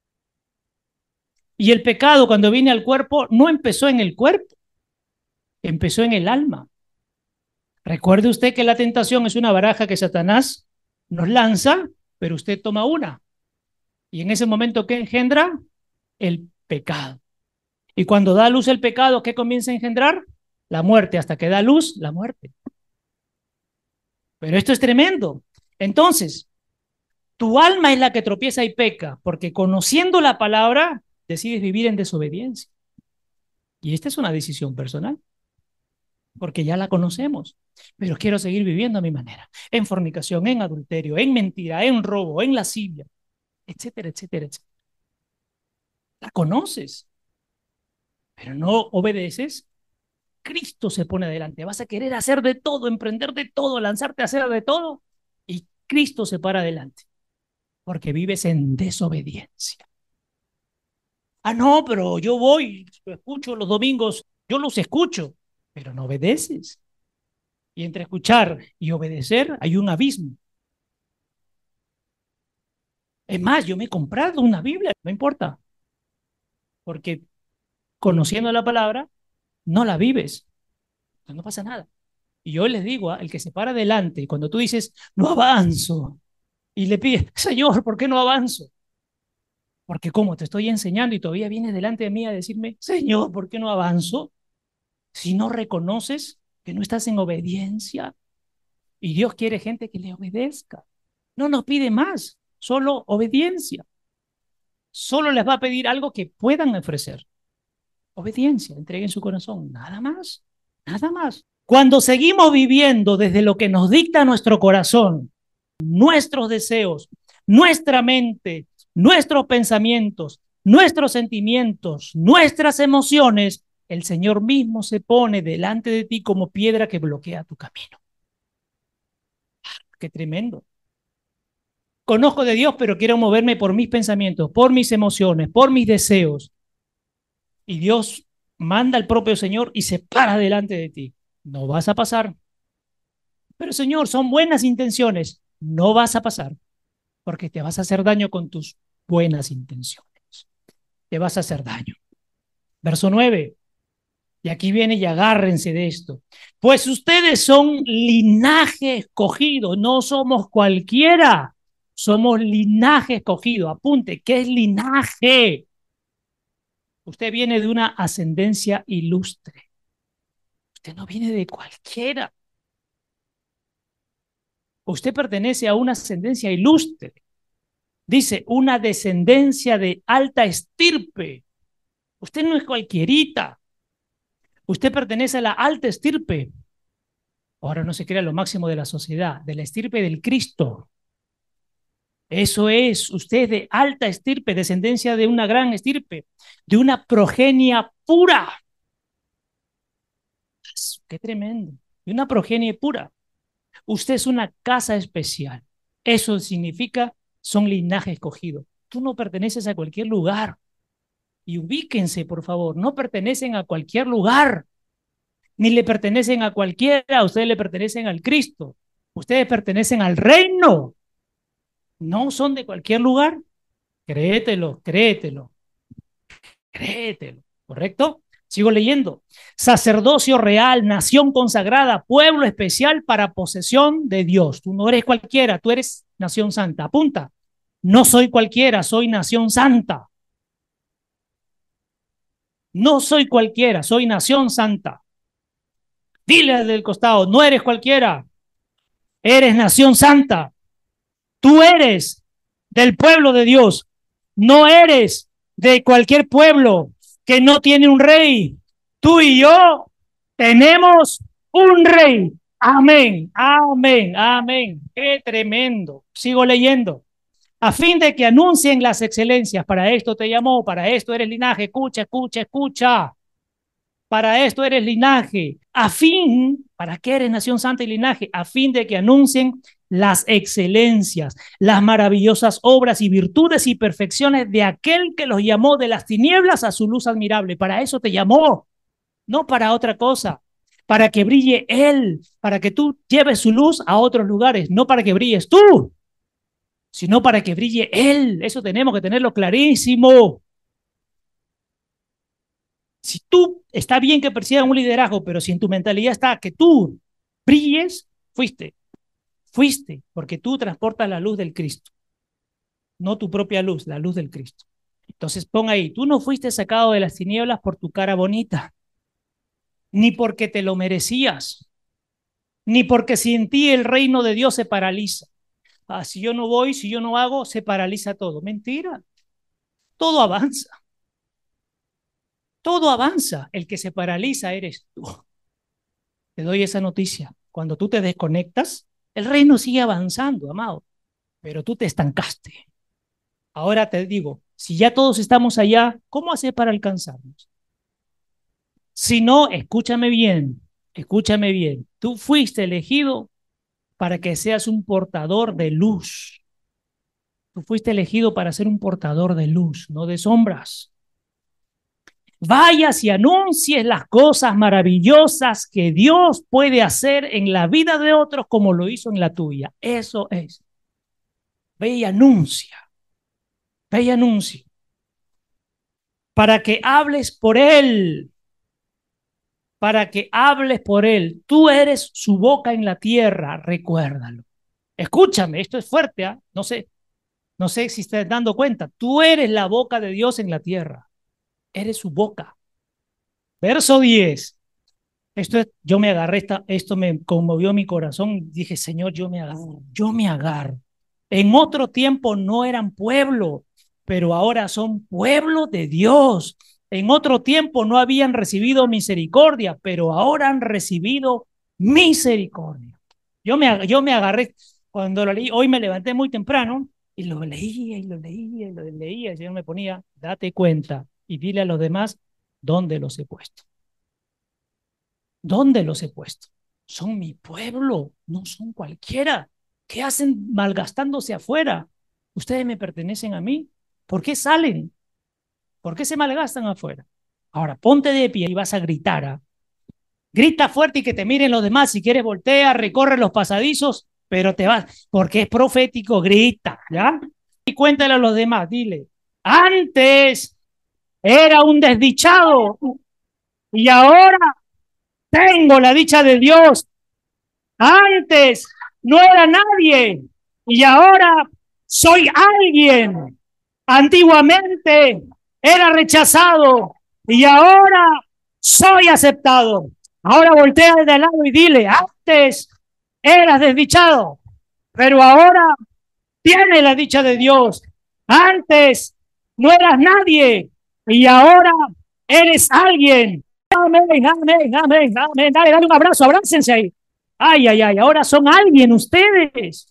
A: Y el pecado cuando viene al cuerpo no empezó en el cuerpo, empezó en el alma. Recuerde usted que la tentación es una baraja que Satanás nos lanza, pero usted toma una. Y en ese momento, ¿qué engendra? El pecado. Y cuando da luz el pecado, ¿qué comienza a engendrar? La muerte. Hasta que da luz, la muerte. Pero esto es tremendo. Entonces, Tu alma es la que tropieza y peca, porque conociendo la palabra, decides vivir en desobediencia. Y esta es una decisión personal, porque ya la conocemos. Pero quiero seguir viviendo a mi manera, en fornicación, en adulterio, en mentira, en robo, en lascivia, etcétera, etcétera, etcétera. La conoces, pero no obedeces. Cristo se pone adelante. Vas a querer hacer de todo, emprender de todo, lanzarte a hacer de todo, y Cristo se para adelante, porque vives en desobediencia. Ah, no, pero yo voy, lo escucho los domingos, yo los escucho, pero no obedeces. Y entre escuchar y obedecer hay un abismo. Es más, yo me he comprado una Biblia, no importa, porque conociendo la palabra, no la vives, entonces no pasa nada. Y yo les digo, ¿eh? El que se para adelante, cuando tú dices, no avanzo, y le pides, Señor, ¿por qué no avanzo? Porque como te estoy enseñando y todavía vienes delante de mí a decirme, Señor, ¿por qué no avanzo? Si no reconoces que no estás en obediencia, y Dios quiere gente que le obedezca. No nos pide más, solo obediencia. Solo les va a pedir algo que puedan ofrecer. Obediencia, entreguen su corazón, nada más, nada más. Cuando seguimos viviendo desde lo que nos dicta nuestro corazón, nuestros deseos, nuestra mente, nuestros pensamientos, nuestros sentimientos, nuestras emociones, el Señor mismo se pone delante de ti como piedra que bloquea tu camino. ¡Qué tremendo! Conozco de Dios, pero quiero moverme por mis pensamientos, por mis emociones, por mis deseos. Y Dios manda al propio Señor y se para delante de ti. No vas a pasar. Pero Señor, son buenas intenciones. No vas a pasar, porque te vas a hacer daño con tus buenas intenciones. Te vas a hacer daño. Verso nueve. Y aquí viene y agárrense de esto. Pues ustedes son linaje escogido, no somos cualquiera. Somos linaje escogido. Apunte, ¿qué es linaje? Usted viene de una ascendencia ilustre. Usted no viene de cualquiera. Usted pertenece a una ascendencia ilustre. Dice, una descendencia de alta estirpe. Usted no es cualquierita. Usted pertenece a la alta estirpe. Ahora no se crea lo máximo de la sociedad, de la estirpe del Cristo. Eso es, usted es de alta estirpe, descendencia de una gran estirpe, de una progenia pura. Qué tremendo. De una progenie pura. Usted es una casa especial. Eso significa, son linaje escogido. Tú no perteneces a cualquier lugar. Y ubíquense, por favor, no pertenecen a cualquier lugar, ni le pertenecen a cualquiera, ustedes le pertenecen al Cristo. Ustedes pertenecen al reino. No son de cualquier lugar. Créetelo, créetelo, créetelo. ¿Correcto? Sigo leyendo. Sacerdocio real, nación consagrada, pueblo especial para posesión de Dios. Tú no eres cualquiera, tú eres nación santa. Apunta. No soy cualquiera, soy nación santa. No soy cualquiera, soy nación santa. Dile al del costado, no eres cualquiera, eres nación santa. Tú eres del pueblo de Dios. No eres de cualquier pueblo que no tiene un rey. Tú y yo tenemos un rey. Amén, amén, amén. Qué tremendo. Sigo leyendo. A fin de que anuncien las excelencias. Para esto te llamó, para esto eres linaje. Escucha, escucha, escucha. Para esto eres linaje. A fin, ¿para qué eres nación santa y linaje? A fin de que anuncien las excelencias, las maravillosas obras y virtudes y perfecciones de aquel que los llamó de las tinieblas a su luz admirable. Para eso te llamó, no para otra cosa. Para que brille Él, para que tú lleves su luz a otros lugares, no para que brilles tú, sino para que brille Él. Eso tenemos que tenerlo clarísimo. Si tú, está bien que persigan un liderazgo, pero si en tu mentalidad está que tú brilles, fuiste, fuiste, porque tú transportas la luz del Cristo, no tu propia luz, la luz del Cristo. Entonces pon ahí, tú no fuiste sacado de las tinieblas por tu cara bonita, ni porque te lo merecías, ni porque sin ti el reino de Dios se paraliza. ah, si yo no voy, si yo no hago, se paraliza todo. Mentira, todo avanza, todo avanza. El que se paraliza eres tú. Te doy esa noticia. Cuando tú te desconectas, el reino sigue avanzando, amado, pero tú te estancaste. Ahora te digo, si ya todos estamos allá, ¿cómo hacer para alcanzarnos? Si no, escúchame bien, escúchame bien. Tú fuiste elegido para que seas un portador de luz. Tú fuiste elegido para ser un portador de luz, no de sombras. Vayas y anuncies las cosas maravillosas que Dios puede hacer en la vida de otros como lo hizo en la tuya. Eso es. Ve y anuncia. Ve y anuncia. Para que hables por Él. Para que hables por Él. Tú eres su boca en la tierra, recuérdalo. Escúchame, esto es fuerte, ¿eh? No sé, no sé si estás dando cuenta. Tú eres la boca de Dios en la tierra. Eres su boca. Verso diez. Esto es, yo me agarré, esta, esto me conmovió mi corazón. Dije, Señor, yo me agarro, yo me agarro. En otro tiempo no eran pueblo, pero ahora son pueblo de Dios. En otro tiempo no habían recibido misericordia, pero ahora han recibido misericordia. Yo me, yo me agarré, cuando lo leí, hoy me levanté muy temprano y lo leía y lo leía y lo leía. El Señor me ponía, date cuenta y dile a los demás dónde los he puesto. ¿Dónde los he puesto? Son mi pueblo, no son cualquiera. ¿Qué hacen malgastándose afuera? Ustedes me pertenecen a mí. ¿Por qué salen? ¿Por qué se malgastan afuera? Ahora, ponte de pie y vas a gritar. ¿eh? Grita fuerte y que te miren los demás. Si quieres, voltea, recorre los pasadizos, pero te vas, porque es profético, grita, ¿ya? Y cuéntale a los demás, dile, antes era un desdichado y ahora tengo la dicha de Dios. Antes no era nadie y ahora soy alguien. Antiguamente era rechazado y ahora soy aceptado. Ahora voltea de lado y dile, antes eras desdichado, pero ahora tienes la dicha de Dios. Antes no eras nadie y ahora eres alguien. Amén, amén, amén, amén. Dale, dale un abrazo, abrácense ahí. Ay, ay, ay, ahora son alguien ustedes.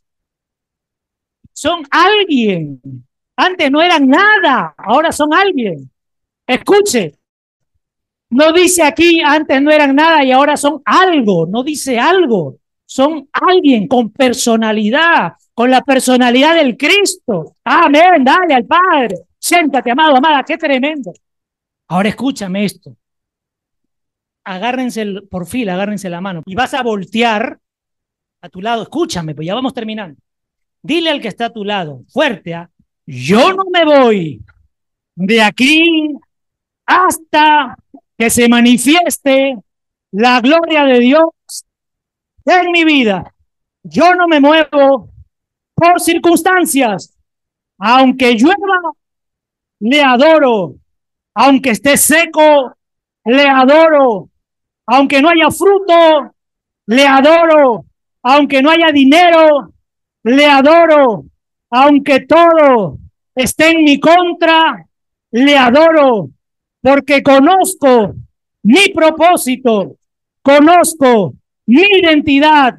A: Son alguien. Antes no eran nada, ahora son alguien. Escuche, no dice aquí antes no eran nada y ahora son algo, no dice algo. Son alguien con personalidad, con la personalidad del Cristo. Amén, dale al Padre. Siéntate, amado, amada, qué tremendo. Ahora escúchame esto. Agárrense el, por fila, agárrense la mano y vas a voltear a tu lado. Escúchame, pues ya vamos terminando. Dile al que está a tu lado, fuerte, ¿eh? Yo no me voy de aquí hasta que se manifieste la gloria de Dios en mi vida. Yo no me muevo por circunstancias. Aunque llueva, le adoro. Aunque esté seco, le adoro. Aunque no haya fruto, le adoro. Aunque no haya dinero, le adoro. Aunque todo esté en mi contra, le adoro. Porque conozco mi propósito, conozco mi identidad,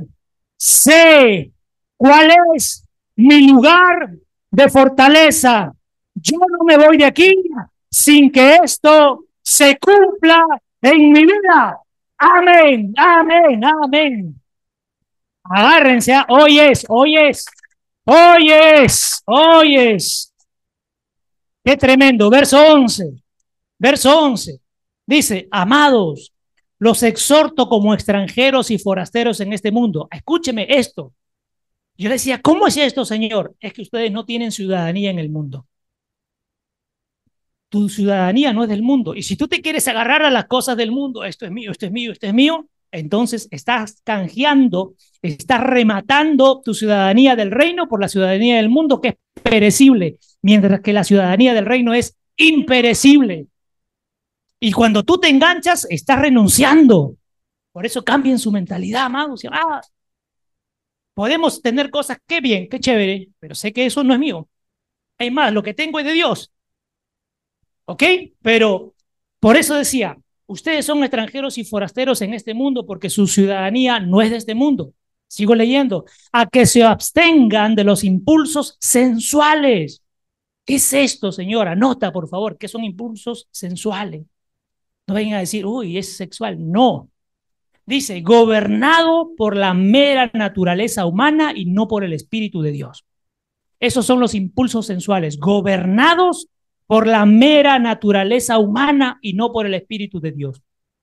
A: sé cuál es mi lugar de fortaleza. Yo no me voy de aquí sin que esto se cumpla en mi vida. Amén, amén, amén. Agárrense, hoy es, hoy es, hoy es, hoy es. Qué tremendo, verso once. Verso once, dice, amados, los exhorto como extranjeros y forasteros en este mundo. Escúcheme esto. Yo decía, ¿cómo es esto, Señor? Es que ustedes no tienen ciudadanía en el mundo. Tu ciudadanía no es del mundo. Y si tú te quieres agarrar a las cosas del mundo, esto es mío, esto es mío, esto es mío, entonces estás canjeando, estás rematando tu ciudadanía del reino por la ciudadanía del mundo, que es perecible, mientras que la ciudadanía del reino es imperecible. Y cuando tú te enganchas, estás renunciando. Por eso cambien su mentalidad, amados. Ah, Podemos tener cosas, qué bien, qué chévere, pero sé que eso no es mío. Hay más, lo que tengo es de Dios, ¿ok? Pero por eso decía, ustedes son extranjeros y forasteros en este mundo porque su ciudadanía no es de este mundo. Sigo leyendo, a que se abstengan de los impulsos sensuales. ¿Qué es esto, señora? Anota, por favor, ¿qué son impulsos sensuales? No vengan a decir, uy, es sexual. No. Dice, gobernado por la mera naturaleza humana y no por el Espíritu de Dios. Esos son los impulsos sensuales, gobernados por la mera naturaleza humana y no por el Espíritu de Dios.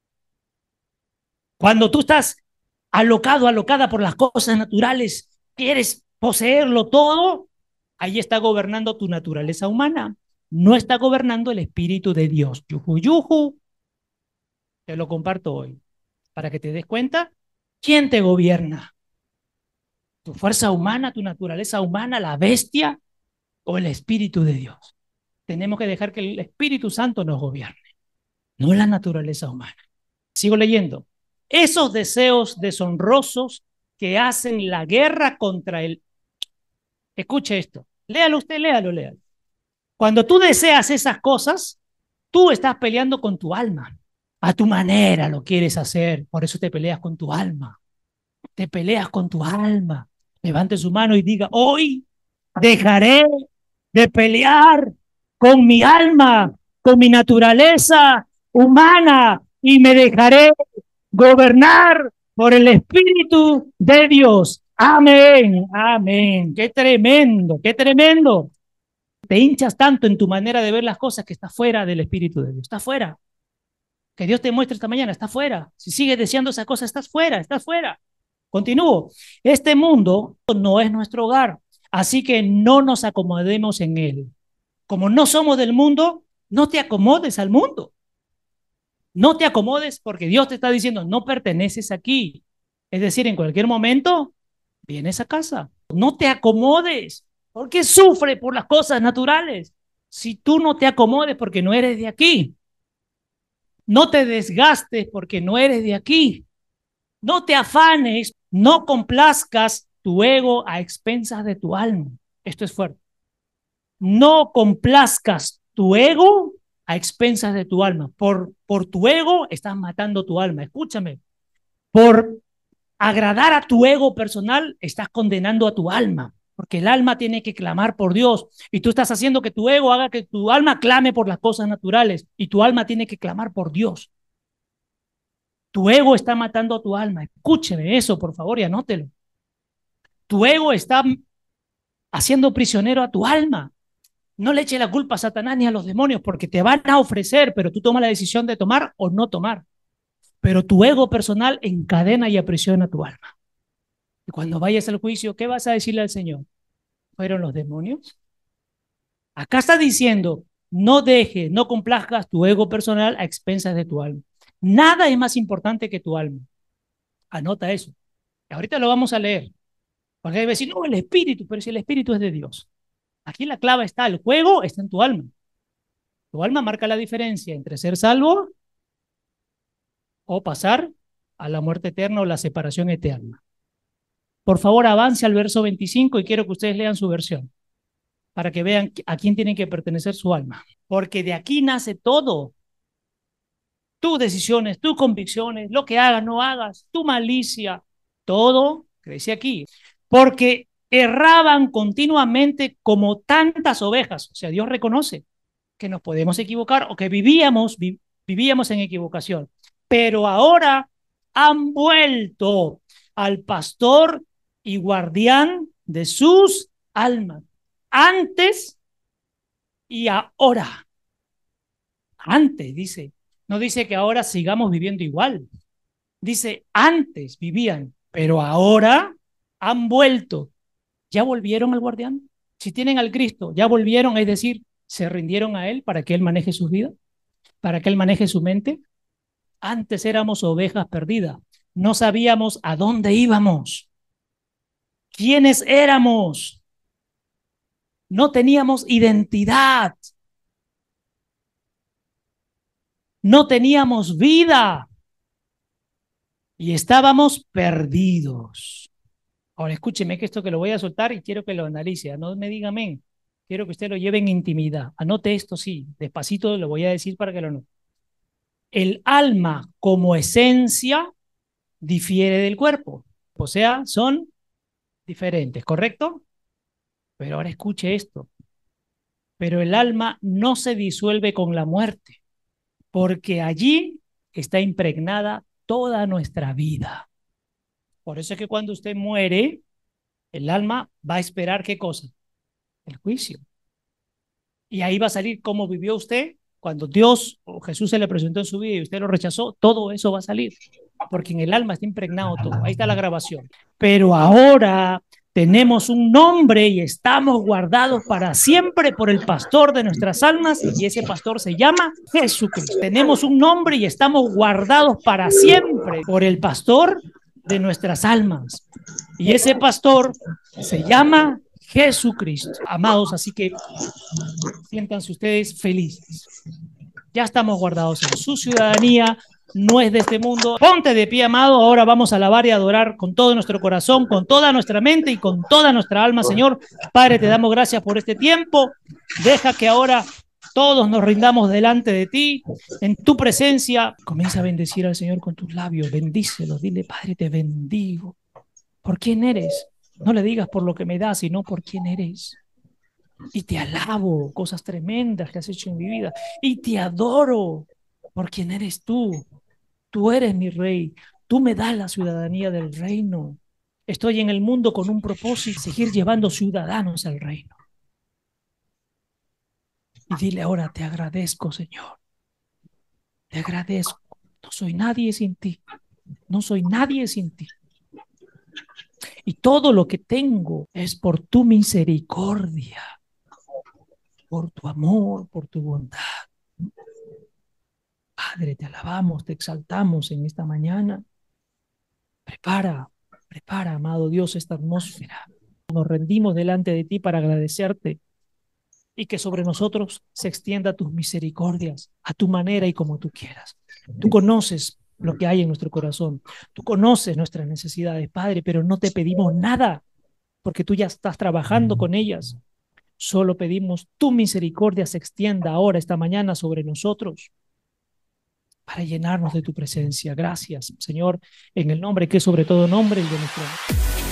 A: Cuando tú estás alocado, alocada por las cosas naturales, quieres poseerlo todo, ahí está gobernando tu naturaleza humana. No está gobernando el Espíritu de Dios. Yuju, yuju. Te lo comparto hoy para que te des cuenta quién te gobierna. Tu fuerza humana, tu naturaleza humana, la bestia o el Espíritu de Dios. Tenemos que dejar que el Espíritu Santo nos gobierne, no la naturaleza humana. Sigo leyendo. Esos deseos deshonrosos que hacen la guerra contra el... Escuche esto. Léalo usted, léalo, léalo. Cuando tú deseas esas cosas, tú estás peleando con tu alma. A tu manera lo quieres hacer, por eso te peleas con tu alma. Te peleas con tu alma. Levante su mano y diga, hoy dejaré de pelear con mi alma, con mi naturaleza humana y me dejaré gobernar por el Espíritu de Dios. Amén, amén. Qué tremendo, qué tremendo. Te hinchas tanto en tu manera de ver las cosas que estás fuera del Espíritu de Dios. Estás fuera. Que Dios te muestre esta mañana, estás fuera. Si sigues deseando esas cosas, estás fuera, estás fuera. Continúo. Este mundo no es nuestro hogar, así que no nos acomodemos en él. Como no somos del mundo, no te acomodes al mundo. No te acomodes porque Dios te está diciendo, no perteneces aquí. Es decir, en cualquier momento vienes a casa. No te acomodes. ¿Por qué sufre por las cosas naturales? Si tú no te acomodes porque no eres de aquí. No te desgastes porque no eres de aquí. No te afanes, no complazcas tu ego a expensas de tu alma. Esto es fuerte. No complazcas tu ego a expensas de tu alma. Por, por tu ego estás matando tu alma. Escúchame. Por agradar a tu ego personal estás condenando a tu alma. Porque el alma tiene que clamar por Dios. Y tú estás haciendo que tu ego haga que tu alma clame por las cosas naturales. Y tu alma tiene que clamar por Dios. Tu ego está matando a tu alma. Escúcheme eso, por favor, y anótelo. Tu ego está haciendo prisionero a tu alma. No le eche la culpa a Satanás ni a los demonios porque te van a ofrecer, pero tú tomas la decisión de tomar o no tomar. Pero tu ego personal encadena y aprisiona tu alma. Y cuando vayas al juicio, ¿qué vas a decirle al Señor? ¿Fueron los demonios? Acá está diciendo, no dejes, no complazcas tu ego personal a expensas de tu alma. Nada es más importante que tu alma. Anota eso. Ahorita lo vamos a leer. Porque hay veces, no, el espíritu, pero si el espíritu es de Dios. Aquí la clave está, el juego está en tu alma. Tu alma marca la diferencia entre ser salvo o pasar a la muerte eterna o la separación eterna. Por favor, avance al verso veinticinco y quiero que ustedes lean su versión para que vean a quién tiene que pertenecer su alma. Porque de aquí nace todo. Tus decisiones, tus convicciones, lo que hagas, no hagas, tu malicia, todo crece aquí. Porque erraban continuamente como tantas ovejas. O sea, Dios reconoce que nos podemos equivocar o que vivíamos, vi, vivíamos en equivocación. Pero ahora han vuelto al pastor y guardián de sus almas. Antes y ahora. Antes, dice. No dice que ahora sigamos viviendo igual. Dice, antes vivían, pero ahora han vuelto. ¿Ya volvieron al guardián? Si tienen al Cristo, ¿ya volvieron? Es decir, ¿se rindieron a Él para que Él maneje sus vidas? ¿Para que Él maneje su mente? Antes éramos ovejas perdidas. No sabíamos a dónde íbamos. ¿Quiénes éramos? No teníamos identidad. No teníamos vida. Y estábamos perdidos. Ahora escúcheme que esto que lo voy a soltar y quiero que lo analice. No me diga amén. Quiero que usted lo lleve en intimidad. Anote esto, sí. Despacito lo voy a decir para que lo note. El alma como esencia difiere del cuerpo. O sea, son diferentes, ¿correcto? Pero ahora escuche esto. Pero el alma no se disuelve con la muerte, porque allí está impregnada toda nuestra vida. Por eso es que cuando usted muere, el alma va a esperar ¿qué cosa? El juicio. Y ahí va a salir cómo vivió usted cuando Dios o Jesús se le presentó en su vida y usted lo rechazó. Todo eso va a salir, porque en el alma está impregnado todo. Ahí está la grabación. Pero ahora tenemos un nombre y estamos guardados para siempre por el pastor de nuestras almas, y ese pastor se llama Jesucristo. Tenemos un nombre y estamos guardados para siempre por el pastor de nuestras almas, y ese pastor se llama Jesucristo. Amados, así que siéntanse ustedes felices. Ya estamos guardados en su ciudadanía, no es de este mundo. Ponte de pie, amado. Ahora vamos a alabar y adorar con todo nuestro corazón, con toda nuestra mente y con toda nuestra alma, Señor. Padre, te damos gracias por este tiempo. Deja que ahora todos nos rindamos delante de ti, en tu presencia. Comienza a bendecir al Señor con tus labios. Bendícelo. Dile, Padre, te bendigo. ¿Por quién eres? No le digas por lo que me das, sino por quién eres. Y te alabo, cosas tremendas que has hecho en mi vida. Y te adoro por quien eres tú. Tú eres mi rey. Tú me das la ciudadanía del reino. Estoy en el mundo con un propósito, seguir llevando ciudadanos al reino. Y dile ahora, te agradezco, Señor. Te agradezco. No soy nadie sin ti. No soy nadie sin ti. Y todo lo que tengo es por tu misericordia, por tu amor, por tu bondad. Padre, te alabamos, te exaltamos en esta mañana. Prepara, prepara, amado Dios, esta atmósfera. Nos rendimos delante de ti para agradecerte y que sobre nosotros se extienda tus misericordias a tu manera y como tú quieras. Tú conoces lo que hay en nuestro corazón. Tú conoces nuestras necesidades, Padre, pero no te pedimos nada porque tú ya estás trabajando con ellas. Solo pedimos tu misericordia se extienda ahora, esta mañana, sobre nosotros, para llenarnos de tu presencia. Gracias, Señor, en el nombre que es sobre todo nombre y de nuestro